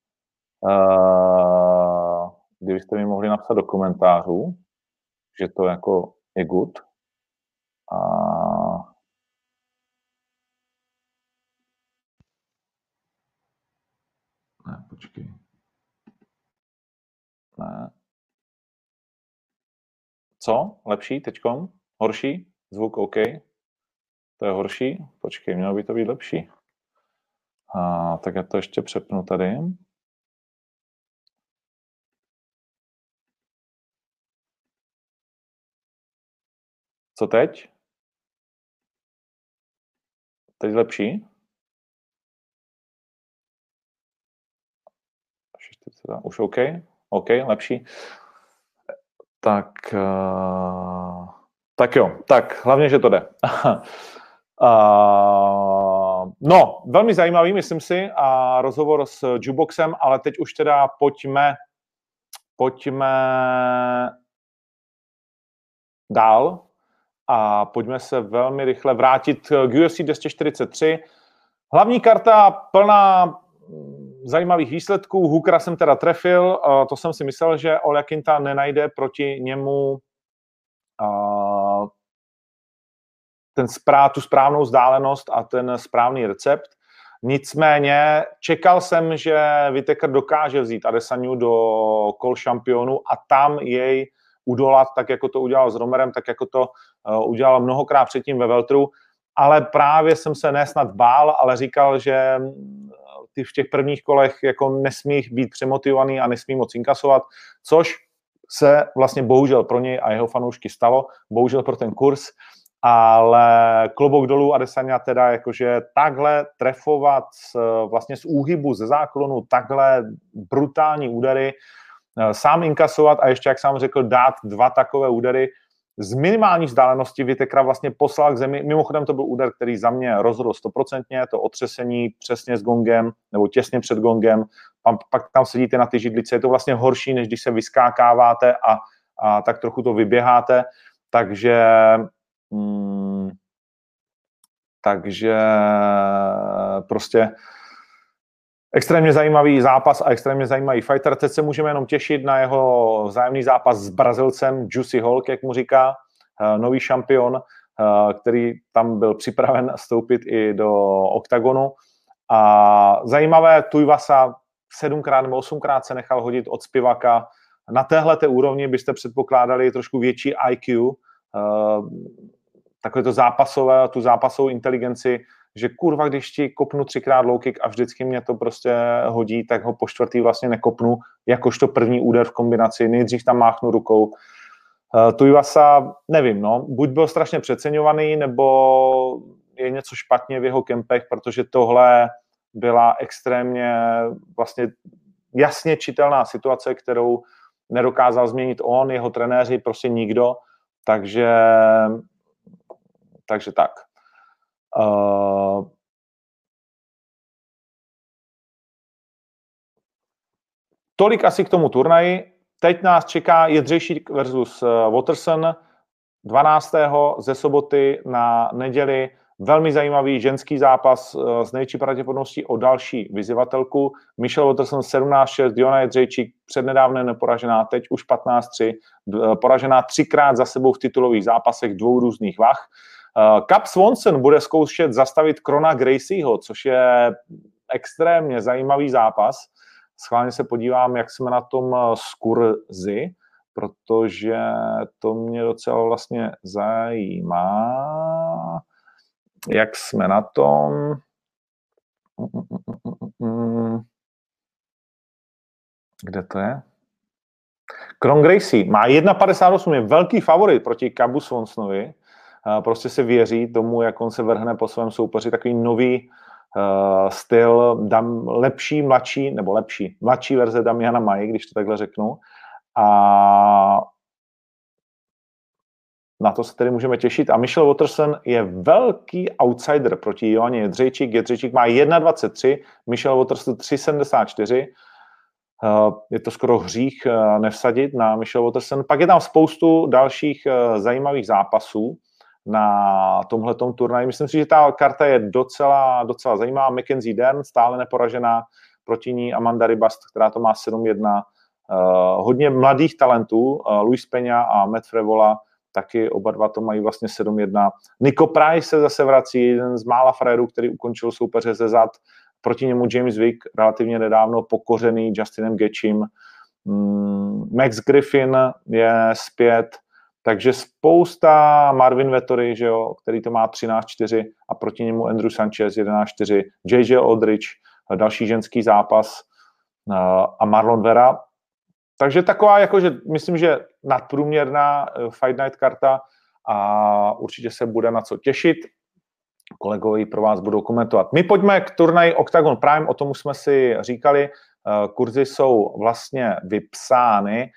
uh, kdybyste mi mohli napsat do komentářů, že to jako je good. A... Ne, počkej. Ne. Co? Lepší teďkom? Horší? Zvuk OK? To je horší? Počkej, mělo by to být lepší. A, tak já to ještě přepnu tady. Co teď? Teď lepší? Už OK? OK, lepší. Tak, uh, tak jo, tak hlavně, že to jde. uh, no, velmi zajímavý, myslím si, a rozhovor s Juboxem, ale teď už teda pojďme, pojďme dál a pojďme se velmi rychle vrátit k U F C dvě stě čtyřicet tři. Hlavní karta plná zajímavých výsledků. Hookera jsem teda trefil, to jsem si myslel, že Olia Quinta nenajde proti němu ten sprá, tu správnou vzdálenost a ten správný recept. Nicméně čekal jsem, že Whittaker dokáže vzít Adesanyu do kol šampionu a tam jej udolat, tak jako to udělal s Romerem, tak jako to udělal mnohokrát předtím ve welteru, ale právě jsem se ne snad bál, ale říkal, že ty v těch prvních kolech jako nesmí být přemotivovaný a nesmí moc inkasovat, což se vlastně bohužel pro něj a jeho fanoušky stalo, bohužel pro ten kurz, ale klobouk dolů Adesanya teda jakože takhle trefovat z, vlastně z úhybu ze záklonu, takhle brutální údery, sám inkasovat a ještě, jak jsem řekl, dát dva takové údery z minimální vzdálenosti Whittakera vlastně poslal k zemi. Mimochodem to byl úder, který za mě rozhodl stoprocentně, to otřesení přesně s gongem, nebo těsně před gongem, pak tam sedíte na ty židlice, je to vlastně horší, než když se vyskákáváte a, a tak trochu to vyběháte, takže hmm, takže prostě extrémně zajímavý zápas a extrémně zajímavý fighter. Teď se můžeme jenom těšit na jeho vzájemný zápas s Brazilcem Juicy Hulk, jak mu říká, nový šampion, který tam byl připraven vstoupit i do oktagonu. A zajímavé, Tuivasa sedmkrát nebo osmkrát se nechal hodit od Spivaka. Na téhleté úrovni byste předpokládali trošku větší I Q, takové to zápasové, tu zápasovou inteligenci, že kurva, když ti kopnu třikrát low kick a vždycky mě to prostě hodí, tak ho po čtvrtý vlastně nekopnu, jakožto první úder v kombinaci, nejdřív tam máchnu rukou. Uh, Tuivasa, nevím, no, buď byl strašně přeceňovaný, nebo je něco špatně v jeho kempech, protože tohle byla extrémně vlastně jasně čitelná situace, kterou nedokázal změnit on, jeho trenéři, prostě nikdo, takže takže tak. Uh, tolik asi k tomu turnaji. Teď nás čeká Jedřejšík versus Watterson dvanáctého ze soboty na neděli. Velmi zajímavý ženský zápas s největší pravděpodobností o další vyzývatelku. Michelle Watterson sedmnáct šest, Diona Jedřejčík přednedávne neporažená, teď už patnáct tři, poražená třikrát za sebou v titulových zápasech dvou různých vah. Cub Swanson bude zkoušet zastavit Crona Gracieho, což je extrémně zajímavý zápas. Schválně se podívám, jak jsme na tom s kurzy, protože to mě docela vlastně zajímá, jak jsme na tom. Kde to je? Cron Gracie má jedna padesát osm, je velký favorit proti Cubu Swansonovi. Prostě se věří tomu, jak on se vrhne po svém soupeři, takový nový uh, styl, dam, lepší, mladší, nebo lepší, mladší verze Damiana Maji, když to takhle řeknu. A na to se tedy můžeme těšit. A Michelle Watterson je velký outsider proti Joanně Jedřejčík. Jedřejčík má jedna dvacet tři, Michelle Watterson tři sedmdesát čtyři. Uh, je to skoro hřích uh, nevsadit na Michelle Watterson. Pak je tam spoustu dalších uh, zajímavých zápasů na tomhletom turnaji. Myslím si, že ta karta je docela, docela zajímavá. Mackenzie Dern, stále neporažená, proti ní Amanda Ribast, která to má sedm jedna. Uh, hodně mladých talentů, uh, Luis Peña a Matt Frevola, taky oba dva to mají vlastně sedm jedna. Nico Price se zase vrací, jeden z mála frérů, který ukončil soupeře ze zad. Proti němu James Vick, relativně nedávno pokořený Justinem Gaethjem. Mm, Max Griffin je zpět, takže spousta Marvin Vettori, že jo, který to má třináct čtyři a proti němu Andrew Sanchez jedenáct čtyři, J J Aldrich, další ženský zápas a Marlon Vera. Takže taková, jakože myslím, že nadprůměrná Fight Night karta a určitě se bude na co těšit. Kolegové pro vás budou komentovat. My pojďme k turnaji Octagon Prime, o tom už jsme si říkali. Kurzy jsou vlastně vypsány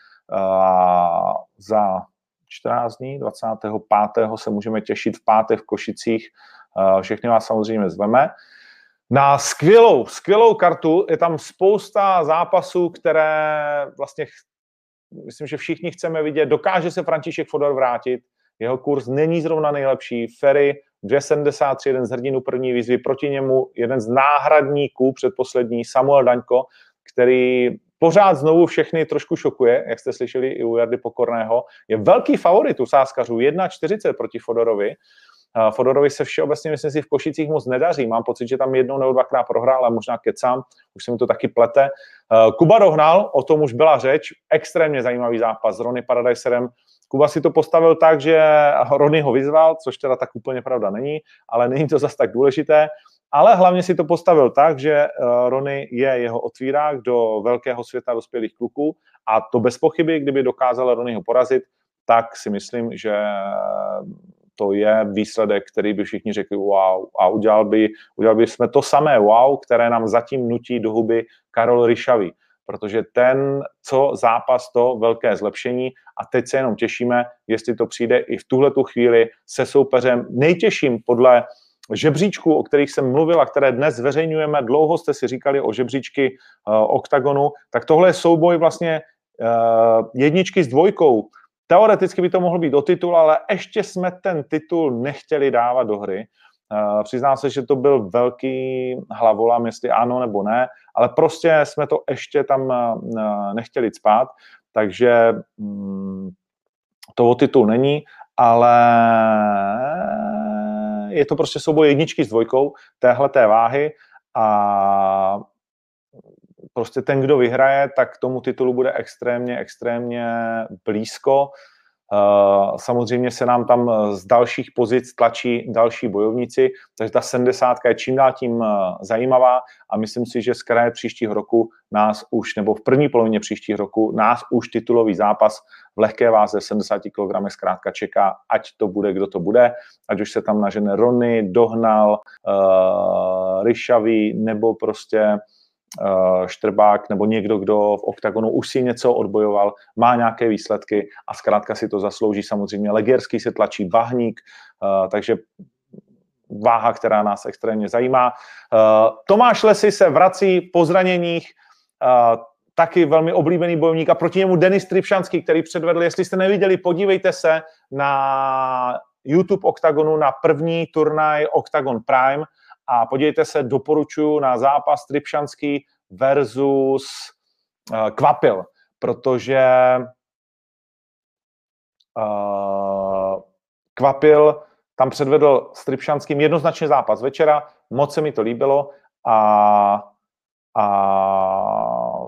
za čtrnáct dní, dvacátého pátého se můžeme těšit v pátek v Košicích. Všechny vás samozřejmě zveme. Na skvělou, skvělou kartu je tam spousta zápasů, které vlastně myslím, že všichni chceme vidět. Dokáže se František Fodor vrátit, jeho kurz není zrovna nejlepší. Ferry dvě sedmdesát tři, jeden z hrdinů první výzvy, proti němu jeden z náhradníků předposlední, Samuel Daňko, který pořád znovu všechny trošku šokuje, jak jste slyšeli i u Jardy Pokorného. Je velký favorit u sázkařů, jedna čtyřicet proti Fodorovi. Fodorovi se všeobecně, myslím si, v Košicích moc nedaří. Mám pocit, že tam jednou nebo dvakrát prohrál, ale možná kecám, už se mi to taky plete. Kuba dohnal, o tom už byla řeč, extrémně zajímavý zápas s Ronnie Paradiserem. Kuba si to postavil tak, že Ronnie ho vyzval, což teda tak úplně pravda není, ale není to zas tak důležité. Ale hlavně si to postavil tak, že Ronnie je jeho otvírák do velkého světa dospělých kluků a to bez pochyby, kdyby dokázal Ronnieho porazit, tak si myslím, že to je výsledek, který by všichni řekli wow a udělal by, udělal by jsme to samé wow, které nám zatím nutí do huby Karol Ryšavý, protože ten, co zápas, to velké zlepšení a teď se jenom těšíme, jestli to přijde i v tuhletu chvíli se soupeřem nejtěžším podle žebříčků, o kterých jsem mluvil a které dnes zveřejňujeme, dlouho jste si říkali o žebříčky uh, Octagonu, tak tohle je souboj vlastně uh, jedničky s dvojkou. Teoreticky by to mohl být o titul, ale ještě jsme ten titul nechtěli dávat do hry. Uh, přiznám se, že to byl velký hlavolam, jestli ano nebo ne, ale prostě jsme to ještě tam uh, nechtěli cpát, takže um, to o titul není, ale je to prostě souboj jedničky s dvojkou téhleté váhy a prostě ten, kdo vyhraje, tak tomu titulu bude extrémně, extrémně blízko. Samozřejmě se nám tam z dalších pozic tlačí další bojovníci, takže ta sedmdesátka je čím dál tím zajímavá a myslím si, že z kraje příštího roku nás už, nebo v první polovině příštího roku, nás už titulový zápas v lehké váze v sedmdesáti kilogramech zkrátka čeká, ať to bude, kdo to bude, ať už se tam nažene Ronnie, Dohnal, uh, Ryšavý, nebo prostě Uh, Štrbák nebo někdo, kdo v Octagonu už si něco odbojoval, má nějaké výsledky a zkrátka si to zaslouží. Samozřejmě Legierský se tlačí, Bahník, uh, takže váha, která nás extrémně zajímá. Uh, Tomáš Lesy se vrací po zraněních, uh, taky velmi oblíbený bojovník a proti němu Denis Tripšanský, který předvedl, jestli jste neviděli, podívejte se na YouTube Octagonu na první turnaj Octagon Prime a podívejte se, doporučuji na zápas Tripšanský versus uh, Kvapil, protože uh, Kvapil tam předvedl s Tripšanským jednoznačně zápas večera, moc se mi to líbilo a, a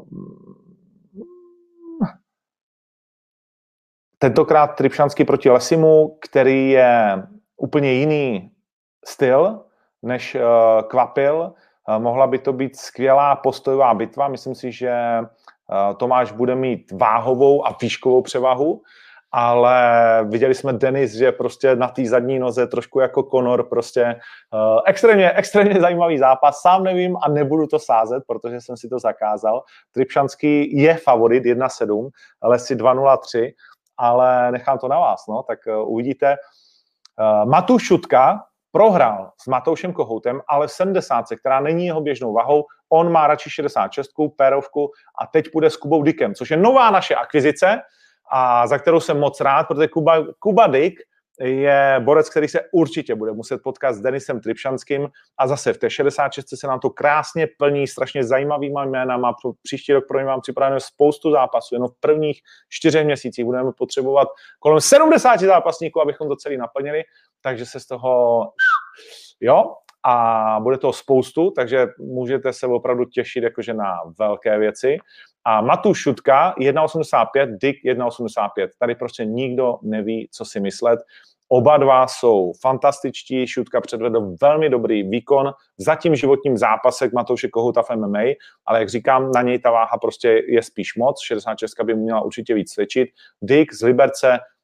tentokrát Tripšanský proti Lesimu, který je úplně jiný styl než uh, Kvapil. Uh, mohla by to být skvělá postojová bitva. Myslím si, že uh, Tomáš bude mít váhovou a výškovou převahu, ale viděli jsme Denis, že prostě na té zadní noze trošku jako Conor, prostě uh, extrémně, extrémně zajímavý zápas. Sám nevím a nebudu to sázet, protože jsem si to zakázal. Tripšanský je favorit jedna sedm, Lesy dva nula tři, ale nechám to na vás, no, tak uh, uvidíte. Uh, Matuš Šutka prohrál s Matoušem Kohoutem, ale v sedmdesátce, která není jeho běžnou vahou, on má radši šedesát šest, pérovku a teď půjde s Kubou Dickem, což je nová naše akvizice a za kterou jsem moc rád, protože Kuba, Kuba Dick je borec, který se určitě bude muset potkat s Denisem Tripšanským a zase v té šedesát šest se nám to krásně plní strašně zajímavýma jménama. Příští rok pro ně mám připravené spoustu zápasů, jenom v prvních čtyřech měsících budeme potřebovat kolem sedmdesát zápasníků, abychom to celý naplnili, takže se z toho, jo, a bude toho spoustu, takže můžete se opravdu těšit jakože na velké věci. A Matuš Šutka jedna osmdesát pět, Dick jedna osmdesát pět. Tady prostě nikdo neví, co si myslet. Oba dva jsou fantastičtí, Šutka předvedl velmi dobrý výkon v zatím životním zápase k Matouše Kohouta v M M A, ale jak říkám, na něj ta váha prostě je spíš moc, šedesát šest by měla určitě víc svědčit. Dick z Liberce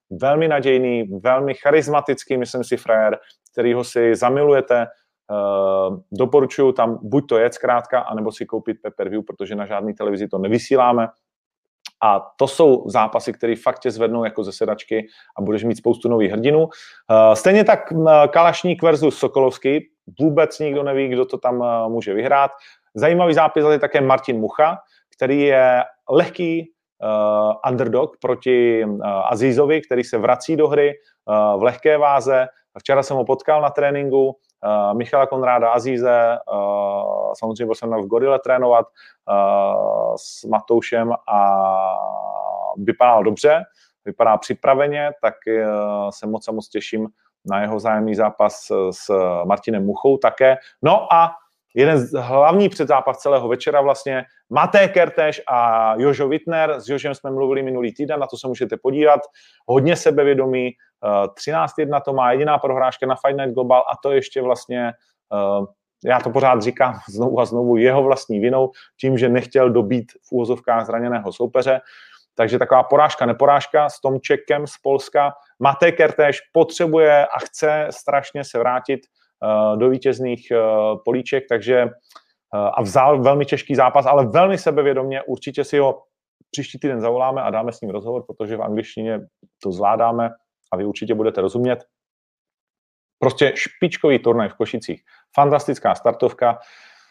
velmi nadějný, velmi charismatický, myslím si, frajer, kterýho si zamilujete. Uh, doporučuju tam buď to jet zkrátka, anebo si koupit pay-per-view, protože na žádný televizi to nevysíláme. A to jsou zápasy, které fakt tě zvednou jako ze sedačky a budeš mít spoustu nových hrdinů. Uh, stejně tak uh, Kalašník versus Sokolovský. Vůbec nikdo neví, kdo to tam uh, může vyhrát. Zajímavý zápas je také Martin Mucha, který je lehký uh, underdog proti uh, Azízovi, který se vrací do hry uh, v lehké váze. Včera jsem ho potkal na tréninku, uh, Michala Konráda Azíze, uh, samozřejmě byl jsem v Gorile trénovat uh, s Matoušem a vypadal dobře, vypadá připraveně, tak uh, se moc a moc těším na jeho vzájemný zápas s Martinem Muchou také. No a jeden z hlavní předzápas celého večera vlastně Matej Kertéš a Jožo Wittner. S Jožem jsme mluvili minulý týden, na to se můžete podívat. Hodně sebevědomí, třináct jedna to má, jediná prohráška na Fight Night Global a to ještě vlastně, já to pořád říkám znovu a znovu, jeho vlastní vinou, tím, že nechtěl dobít v úvozovkách zraněného soupeře. Takže taková porážka, neporážka s Tom Čekem z Polska. Matej Kertéš potřebuje a chce strašně se vrátit do vítězných políček, takže a vzal velmi těžký zápas, ale velmi sebevědomě, určitě si ho příští týden zavoláme a dáme s ním rozhovor, protože v angličtině to zvládáme a vy určitě budete rozumět. Prostě špičkový turnaj v Košicích, fantastická startovka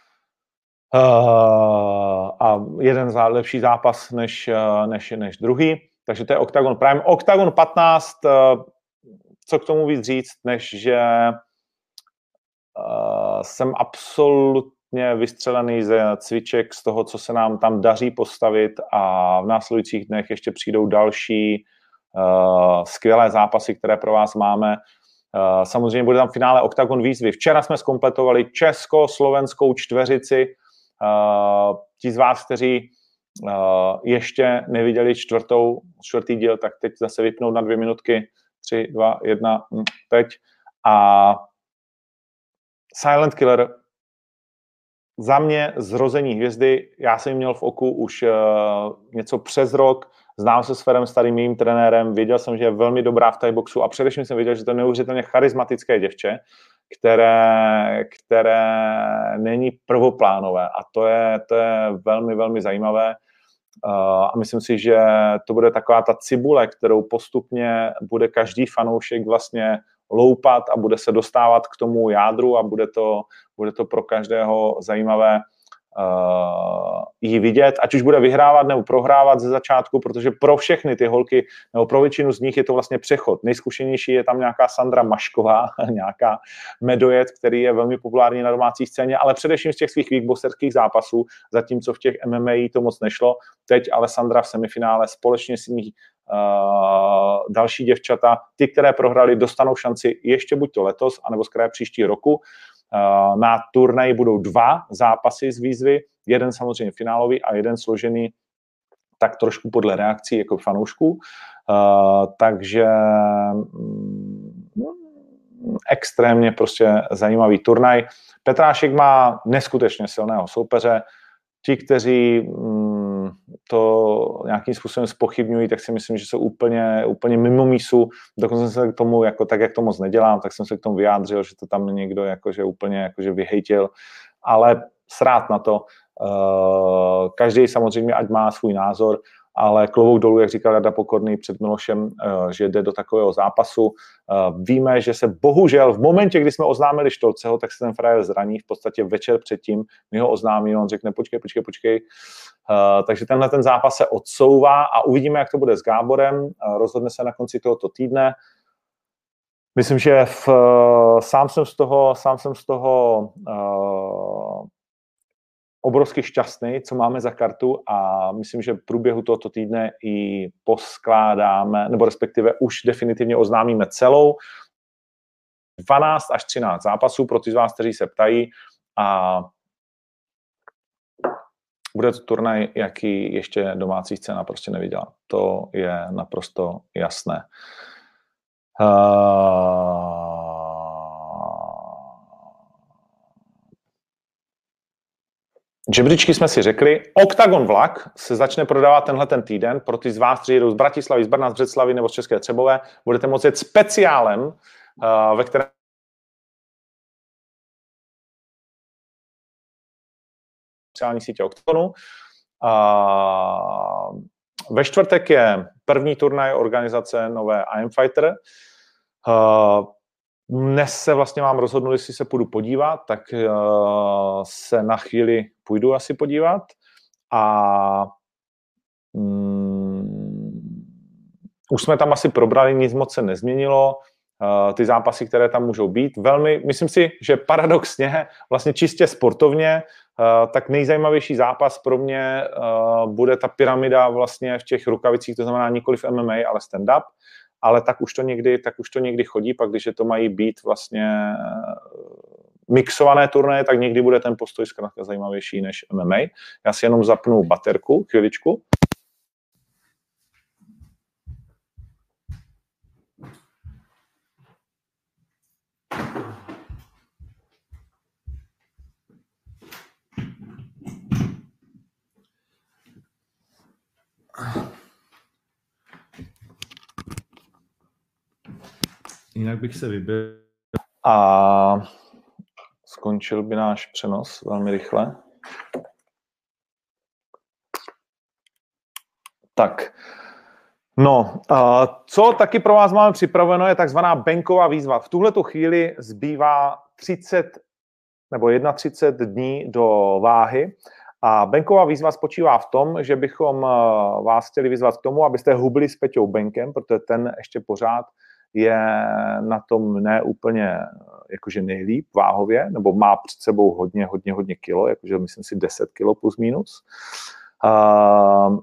a jeden lepší zápas než, než, než druhý, takže to je Octagon Prime. Octagon patnáct, co k tomu víc říct, než že Uh, jsem absolutně vystřelený ze cviček, z toho, co se nám tam daří postavit a v následujících dnech ještě přijdou další uh, skvělé zápasy, které pro vás máme. Uh, samozřejmě bude tam finále Octagon výzvy. Včera jsme zkompletovali česko-slovenskou čtveřici. Uh, ti z vás, kteří uh, ještě neviděli čtvrtou, čtvrtý díl, tak teď zase vypnout na dvě minutky. Tři, dva, jedna, teď. A Silent Killer, za mě zrození hvězdy, já jsem měl v oku už uh, něco přes rok, znám se s Ferem, starým mým trenérem, věděl jsem, že je velmi dobrá v thaiboxu a především jsem věděl, že to je neuvěřitelně charismatické děvče, které, které není prvoplánové a to je, to je velmi, velmi zajímavé uh, a myslím si, že to bude taková ta cibule, kterou postupně bude každý fanoušek vlastně loupat a bude se dostávat k tomu jádru a bude to, bude to pro každého zajímavé uh, jí vidět, ať už bude vyhrávat nebo prohrávat ze začátku, protože pro všechny ty holky, nebo pro většinu z nich je to vlastně přechod. Nejzkušenější je tam nějaká Sandra Mašková, nějaká Medojet, který je velmi populární na domácí scéně, ale především z těch svých kickboxerských zápasů, zatímco v těch M M A to moc nešlo. Teď ale Sandra v semifinále společně s ní Uh, další děvčata, ty, které prohrali, dostanou šanci ještě buď to letos, anebo z kraje příští roku. Uh, na turnaji budou dva zápasy z výzvy, jeden samozřejmě finálový a jeden složený tak trošku podle reakcí jako fanoušků. Uh, takže um, extrémně prostě zajímavý turnaj. Petrášek má neskutečně silného soupeře. Ti, kteří um, to nějakým způsobem zpochybňují, tak si myslím, že jsou úplně, úplně mimo mísu. Dokonce jsem se k tomu, jako, tak jak to moc nedělám, tak jsem se k tomu vyjádřil, že to tam někdo jakože úplně jakože vyhejtil, ale srát na to. Uh, každý samozřejmě, ať má svůj názor, ale klobouk dolů, jak říkal Jarda Pokorný před Milošem, uh, že jde do takového zápasu. Uh, víme, že se bohužel v momentě, kdy jsme oznámili Štolceho, tak se ten frajer zraní, v podstatě večer předtím, my ho oznámíme, on řekne počkej, počkej, počkej. Uh, takže tenhle ten zápas se odsouvá a uvidíme, jak to bude s Gáborem. Uh, rozhodne se na konci tohoto týdne. Myslím, že v, uh, sám jsem z toho, sám jsem z toho uh, obrovsky šťastný, co máme za kartu a myslím, že v průběhu tohoto týdne i poskládáme, nebo respektive už definitivně oznámíme celou dvanáct až třináct zápasů pro ty z vás, kteří se ptají a bude to turnaj, jaký ještě domácí scéna prostě neviděla. To je naprosto jasné. Uh... Žebříčky jsme si řekli. Octagon vlak se začne prodávat tenhle ten týden. Pro ty z vás, kteří jedou z Bratislavy, z Brna, z Břeclavi nebo z České Třebové, budete moct jet speciálem, ve kterém speciální sítě Octagonu. Ve čtvrtek je první turnaj organizace nové I Am Fighter. Dnes se vlastně mám rozhodnul, jestli se půjdu podívat, tak se na chvíli půjdu asi podívat. A mm, už jsme tam asi probrali, nic moc se nezměnilo. Ty zápasy, které tam můžou být. Velmi, myslím si, že paradoxně, vlastně čistě sportovně, tak nejzajímavější zápas pro mě bude ta pyramida vlastně v těch rukavicích, to znamená nikoli v M M A, ale stand-up, ale tak už to někdy, tak už to někdy chodí, pak když je to mají být vlastně mixované turnaje, tak někdy bude ten postoj zkrátka zajímavější než M M A. Já si jenom zapnu baterku, chviličku. Jinak bych se vybil. A skončil by náš přenos velmi rychle. Tak, no, co taky pro vás máme připraveno, je takzvaná banková výzva. V tuhletu chvíli zbývá třicet nebo třicet jedna dní do váhy. A banková výzva spočívá v tom, že bychom vás chtěli vyzvat k tomu, abyste hubli s Peťou Benkem, protože ten ještě pořád je na tom ne úplně jakože nejlíp váhově, nebo má před sebou hodně, hodně, hodně kilo, jakože myslím si deset kilo plus minus. Uh,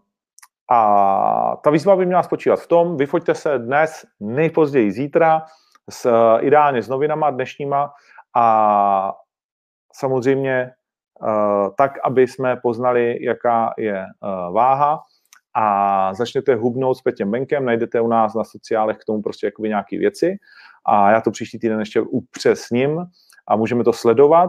a ta výzva by měla spočívat v tom, vyfoťte se dnes, nejpozději zítra, s, ideálně s novinama dnešníma a samozřejmě uh, tak, aby jsme poznali, jaká je uh, váha, a začnete hubnout s Petěm Benkem, najdete u nás na sociálech k tomu prostě jakoby nějaké věci a já to příští týden ještě upřesním a můžeme to sledovat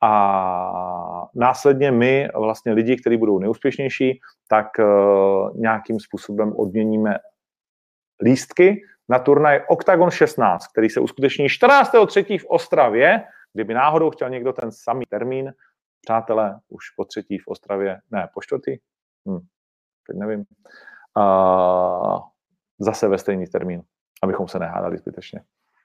a následně my, vlastně lidi, kteří budou nejúspěšnější, tak uh, nějakým způsobem odměníme lístky na turnaj Octagon šestnáct, který se uskuteční čtrnáctého třetího v Ostravě. Kdyby náhodou chtěl někdo ten samý termín, přátelé, už po třetí v Ostravě, ne, po čtvrtý? Hm. Teď nevím, uh, zase ve stejný termín, abychom se nehádali zbytečně.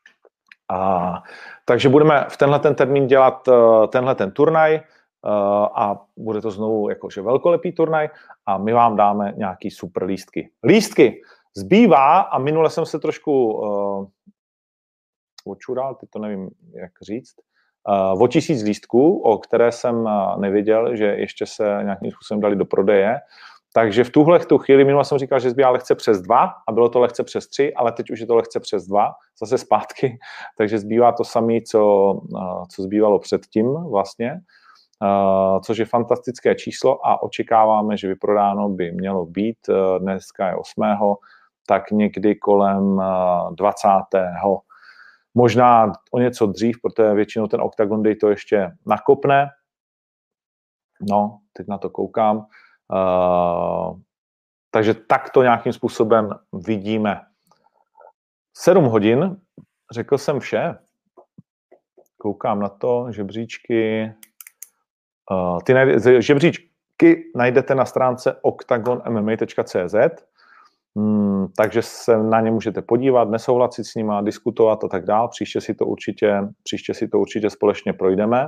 Uh, takže budeme v tenhle ten termín dělat uh, tenhle ten turnaj uh, a bude to znovu jakože velkolepý turnaj a my vám dáme nějaký super lístky. Lístky zbývá a minule jsem se trošku uh, očural, teď to nevím, jak říct, uh, o tisíc lístků, o které jsem uh, nevěděl, že ještě se nějakým způsobem dali do prodeje. Takže v tuhle tu chvíli, minule jsem říkal, že zbývá lehce přes dva a bylo to lehce přes tři, ale teď už je to lehce přes dva, zase zpátky, takže zbývá to samé, co, co zbývalo předtím vlastně, což je fantastické číslo a očekáváme, že vyprodáno by mělo být, dneska je osmého tak někdy kolem dvacátého Možná o něco dřív, protože většinou ten Octagon Day to ještě nakopne. No, teď na to koukám. Uh, takže tak to nějakým způsobem vidíme. Sedm hodin, řekl jsem vše. Koukám na to, žebříčky. Uh, ty najde, žebříčky najdete na stránce octagon m m a tečka c z, hmm, takže se na ně můžete podívat, nesouhlasit s nima, diskutovat a tak dále. Příště si to určitě, příště si to určitě společně projdeme.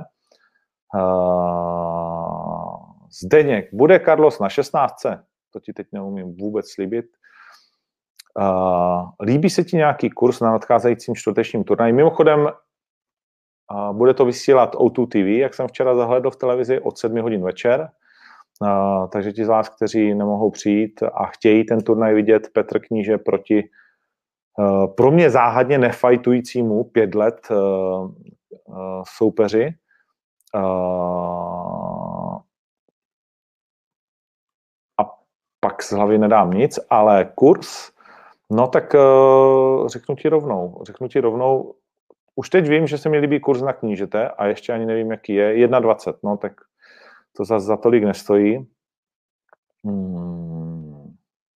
Uh, Zdeněk, bude Carlos na šestnáctce? To ti teď neumím vůbec slíbit. Uh, líbí se ti nějaký kurz na nadcházejícím čtvrtečním turnaji? Mimochodem, uh, bude to vysílat O dva T V, jak jsem včera zahlédl v televizi, od sedmi hodin večer. Uh, takže ti z vás, kteří nemohou přijít a chtějí ten turnaj vidět, Petr Kníže proti uh, pro mě záhadně nefajtujícímu pět let uh, uh, soupeři. Uh, pak z hlavy nedám nic, ale kurz, no tak uh, řeknu ti rovnou, řeknu ti rovnou, už teď vím, že se mi líbí kurz na knížete a ještě ani nevím, jaký je, jedna dvacet, no tak to zase za tolik nestojí. Hmm.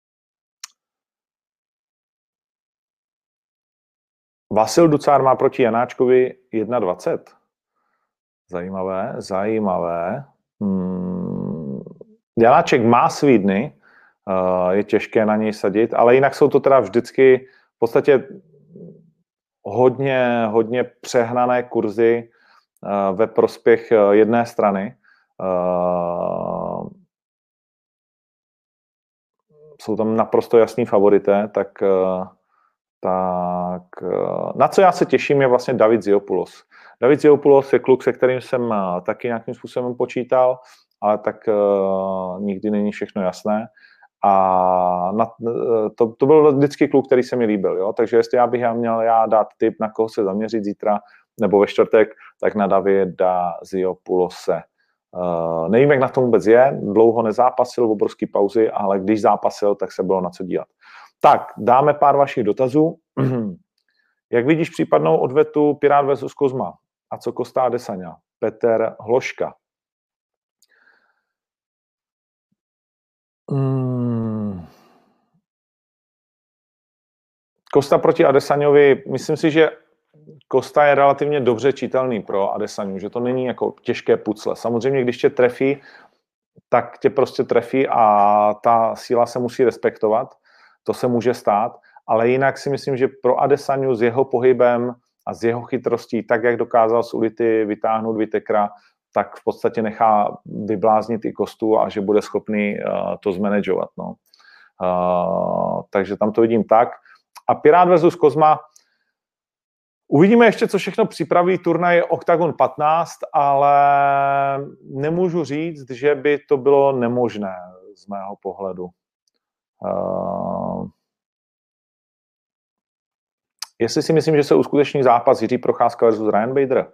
Vasil Ducár má proti Janáčkovi jedna dvacet. Zajímavé, zajímavé. Hmm. Janáček má svý dny, uh, je těžké na něj sadit, ale jinak jsou to teda vždycky v podstatě hodně, hodně přehnané kurzy uh, ve prospěch uh, jedné strany. Uh, jsou tam naprosto jasní favorité, tak, uh, tak uh, na co já se těším je vlastně David Ziopoulos. David Ziopoulos je kluk, se kterým jsem uh, taky nějakým způsobem počítal, ale tak uh, nikdy není všechno jasné. A na, to, to byl vždycky kluk, který se mi líbil. Jo? Takže jestli já bych já měl já dát tip, na koho se zaměřit zítra nebo ve čtvrtek, tak na Davida Ziopoulose. Uh, nevím, jak na tom vůbec je, dlouho nezápasil, v obrovský pauzy, ale když zápasil, tak se bylo na co dívat. Tak, dáme pár vašich dotazů. Jak vidíš případnou odvetu Pirát versus Kozma? A co Costa Adesanya? Petr Hloška. Hmm. Costa proti Adesanyovi, myslím si, že Costa je relativně dobře čitelný pro Adesanyu, že to není jako těžké pucle. Samozřejmě, když tě trefí, tak tě prostě trefí a ta síla se musí respektovat. To se může stát, ale jinak si myslím, že pro Adesanyu s jeho pohybem a s jeho chytrostí, tak jak dokázal z ulity vytáhnout Whitakera, tak v podstatě nechá vybláznit i Costu a že bude schopný uh, to zmanagovat. No. Uh, takže tam to vidím tak. A Pirát versus Kozma, uvidíme ještě, co všechno připraví turnaj Octagon patnáct, ale nemůžu říct, že by to bylo nemožné z mého pohledu. Uh, jestli si myslím, že se uskuteční zápas Jiří Procházka versus Ryan Bader,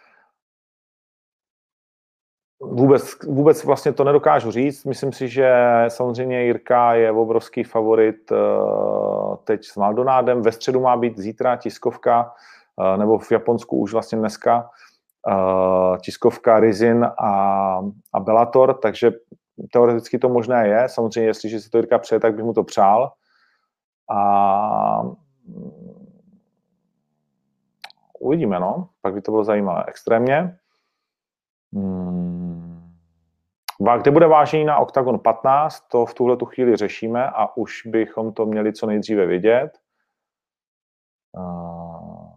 Vůbec, vůbec vlastně to nedokážu říct. Myslím si, že samozřejmě Jirka je obrovský favorit teď s Maldonádem. Ve středu má být zítra tiskovka, nebo v Japonsku už vlastně dneska tiskovka Rizin a, a Bellator, takže teoreticky to možné je. Samozřejmě, jestliže si to Jirka přeje, tak bych mu to přál. A uvidíme, no. Pak by to bylo zajímavé. Extrémně. Hmm. Kde bude vážení na Octagon patnáct, to v tuhletu chvíli řešíme a už bychom to měli co nejdříve vědět. Uh...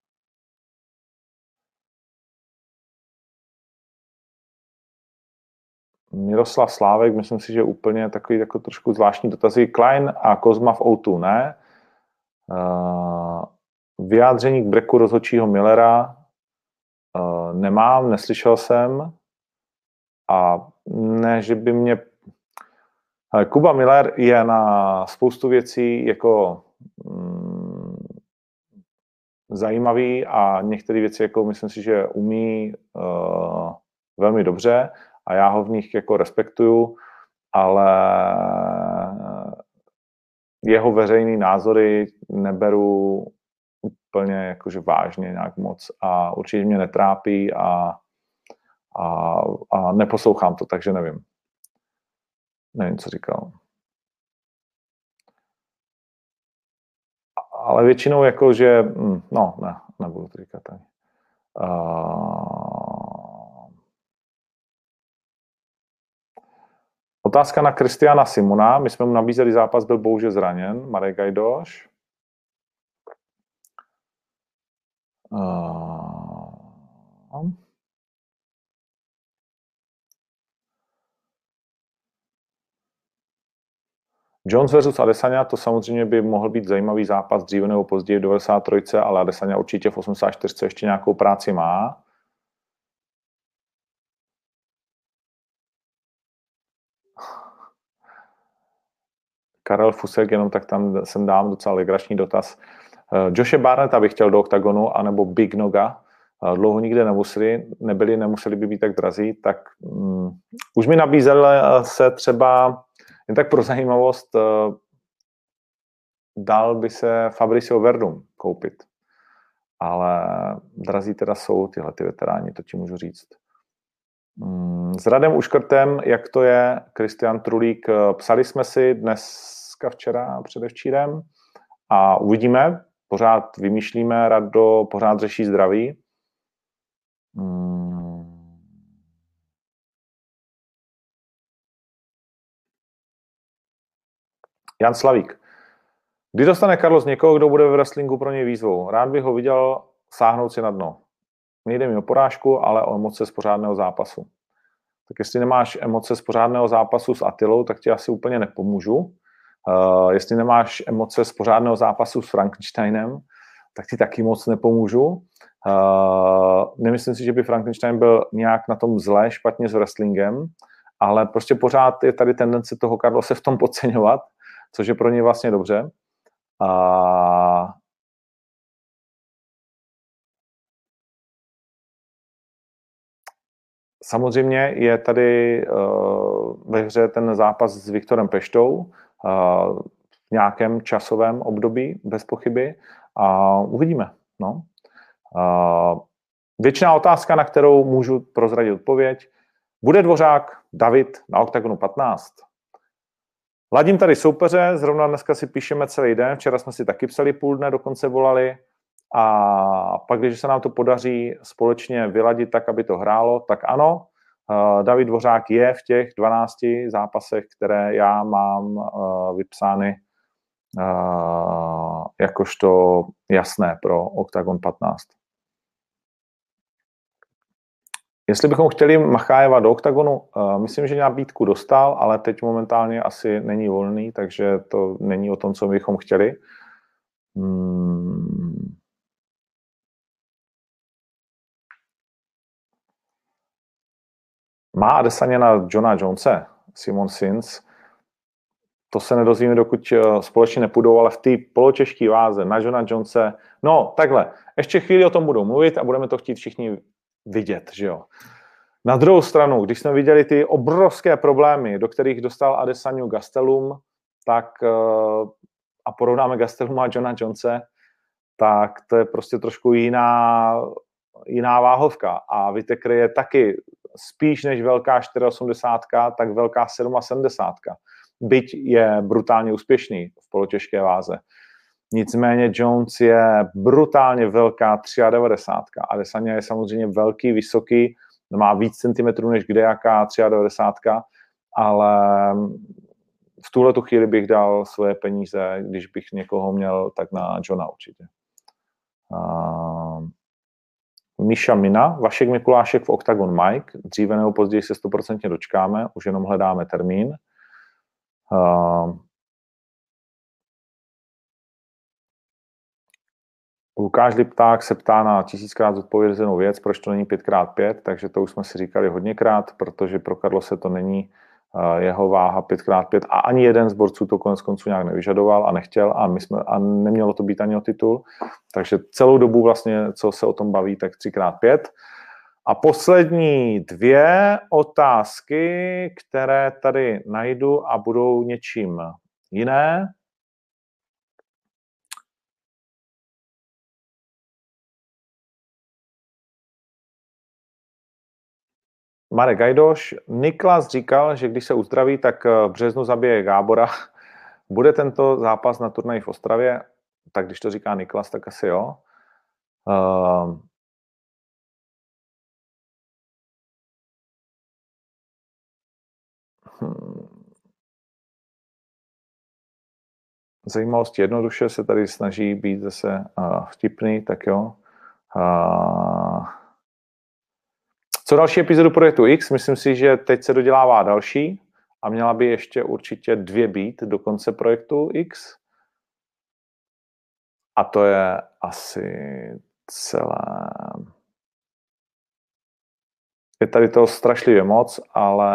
Miroslav Slávek, myslím si, že úplně takový jako trošku zvláštní dotazy. Klein a Kozma v ó dva, ne? Uh... Vyjádření k breku rozhodčího Millera uh, nemám, neslyšel jsem. A ne, že by mě... Kuba Miller je na spoustu věcí jako mm, zajímavý a některé věci jako myslím si, že umí uh, velmi dobře a já ho v nich jako respektuju, ale jeho veřejný názory neberu úplně jakože vážně nějak moc a určitě mě netrápí a A, a neposlouchám to, takže nevím. Nevím, co říkal. Ale většinou jako, že... No, ne, nebudu to říkat ani. Uh... Otázka na Kristiana Simona. My jsme mu nabízeli zápas, byl bohužel zraněn. Marek Gajdoš. Uh... Jones versus Adesanya, to samozřejmě by mohl být zajímavý zápas dříve nebo později v devadesát tři, ale Adesanya určitě v osmdesát čtyři ještě nějakou práci má. Karel Fusek, jenom tak tam sem dám docela legrační dotaz. Joshe Barnetta bych chtěl do oktagonu, anebo Big Noga. Dlouho nikde nemuseli, nebyli, nemuseli by být tak drazí, tak um, už mi nabízel se třeba jen tak pro zajímavost, uh, dal by se Fabricio Werdum koupit. Ale drazí teda jsou tyhle ty veteráni, to ti můžu říct. S Radem Uškrtem, jak to je, Kristian Trulík, psali jsme si dneska, včera, předevčírem a uvidíme, pořád vymýšlíme, Rado pořád řeší zdraví. Hmm. Jan Slavík. Kdy dostane Carlos někoho, kdo bude ve wrestlingu pro něj výzvou? Rád bych ho viděl sáhnout si na dno. Nejde mi o porážku, ale o emoce z pořádného zápasu. Tak jestli nemáš emoce z pořádného zápasu s Attilou, tak ti asi úplně nepomůžu. Uh, jestli nemáš emoce z pořádného zápasu s Frankensteinem, tak ti taky moc nepomůžu. Uh, nemyslím si, že by Frankenstein byl nějak na tom zlé, špatně s wrestlingem, ale prostě pořád je tady tendence toho Carlose v tom podceňovat, což je pro něj vlastně dobře. Uh, Samozřejmě je tady uh, ve hře ten zápas s Viktorem Peštou uh, v nějakém časovém období, bez pochyby, a uvidíme. No. Uh, většiná otázka, na kterou můžu prozradit odpověď. Bude Dvořák David na Oktagonu patnáct? Ladím tady soupeře, zrovna dneska si píšeme celý den, včera jsme si taky psali půl dne, dokonce volali. A pak, když se nám to podaří společně vyladit tak, aby to hrálo, tak ano, David Dvořák je v těch dvanácti zápasech, které já mám vypsány jakožto jasné pro Oktagon patnáct. Jestli bychom chtěli Machájeva do Oktagonu, myslím, že nabídku dostal, ale teď momentálně asi není volný, takže to není o tom, co bychom chtěli. Hmm. Má Adesanya na Johna Jonese, Simon Sins. To se nedozvíme, dokud společně nepůjdou, ale v té polotěžké váze na Johna Jonese. No, takhle. Ještě chvíli o tom budou mluvit a budeme to chtít všichni vidět, že jo. Na druhou stranu, když jsme viděli ty obrovské problémy, do kterých dostal Adesanyu Gastelum, tak a porovnáme Gasteluma a Johna Jonese, tak to je prostě trošku jiná, jiná váhovka. A Whittaker je taky spíš než velká osmdesát čtyři, tak velká sedmdesát sedm. Byť je brutálně úspěšný v polotěžké váze. Nicméně Jones je brutálně velká devadesát tři. Adesanya je samozřejmě velký, vysoký, má víc centimetrů než kdejaká devadesát tři, ale v tuhletu chvíli bych dal svoje peníze, když bych někoho měl, tak na Johna určitě. Uh, Míša Mina, Vašek Mikulášek v Octagon Mike, dříve nebo později se sto procent dočkáme, už jenom hledáme termín. Uh, Lukáš Lipták se ptá na tisíckrát zodpovězenou věc, proč to není pět krát pět, takže to už jsme si říkali hodněkrát, protože pro Carlose to není uh, jeho váha pět krát pět a ani jeden z borců to konec konců nějak nevyžadoval a nechtěl a, my jsme, a nemělo to být ani o titul, takže celou dobu vlastně, co se o tom baví, tak tři krát pět. A poslední dvě otázky, které tady najdu a budou něčím jiné. Marek Gajdoš, Niklas říkal, že když se uzdraví, tak v březnu zabije Gábora. Bude tento zápas na turnaji v Ostravě? Tak když to říká Niklas, tak asi jo. Uh, hmm. Zajímavost jednoduše se tady snaží být zase uh, vtipný, tak jo. Uh, Co další epizodu Projektu X? Myslím si, že teď se dodělává další a měla by ještě určitě dvě být do konce Projektu X. A to je asi celé. Je tady toho strašlivě moc, ale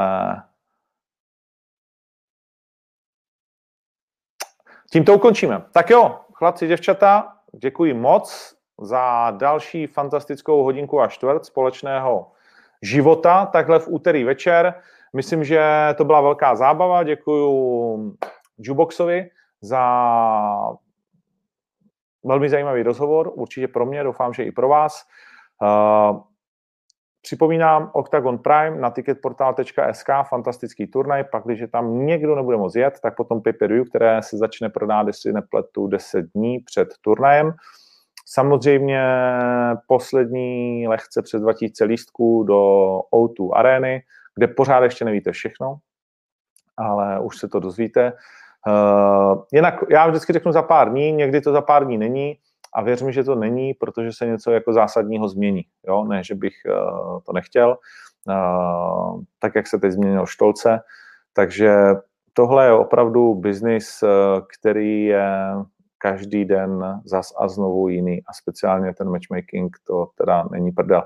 tím to ukončíme. Tak jo, chlapci, děvčata, děkuji moc za další fantastickou hodinku a čtvrt společného života, takhle v úterý večer. Myslím, že to byla velká zábava. Děkuju Juboxovi za velmi zajímavý rozhovor, určitě pro mě, doufám, že i pro vás. Připomínám Octagon Prime na ticketportal tečka es ká, fantastický turnaj, pak když tam někdo nebude moct jet, tak potom pay-per-view, které se začne prodávat, jestli nepletu, deset dní před turnajem. Samozřejmě poslední lehce přes dva tisíce lístků do ó dva Areny, kde pořád ještě nevíte všechno, ale už se to dozvíte. Uh, jinak já vždycky řeknu za pár dní, někdy to za pár dní není a věřím, že to není, protože se něco jako zásadního změní. Jo? Ne, že bych uh, to nechtěl, uh, tak jak se teď změnil Štolce. Takže tohle je opravdu biznis, uh, který je každý den zas a znovu jiný a speciálně ten matchmaking, to teda není prdel.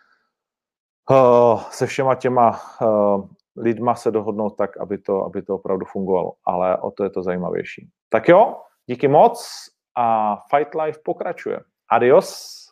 Uh, se všema těma uh, lidma se dohodnout tak, aby to, aby to opravdu fungovalo, ale o to je to zajímavější. Tak jo, díky moc a Fight Life pokračuje. Adios.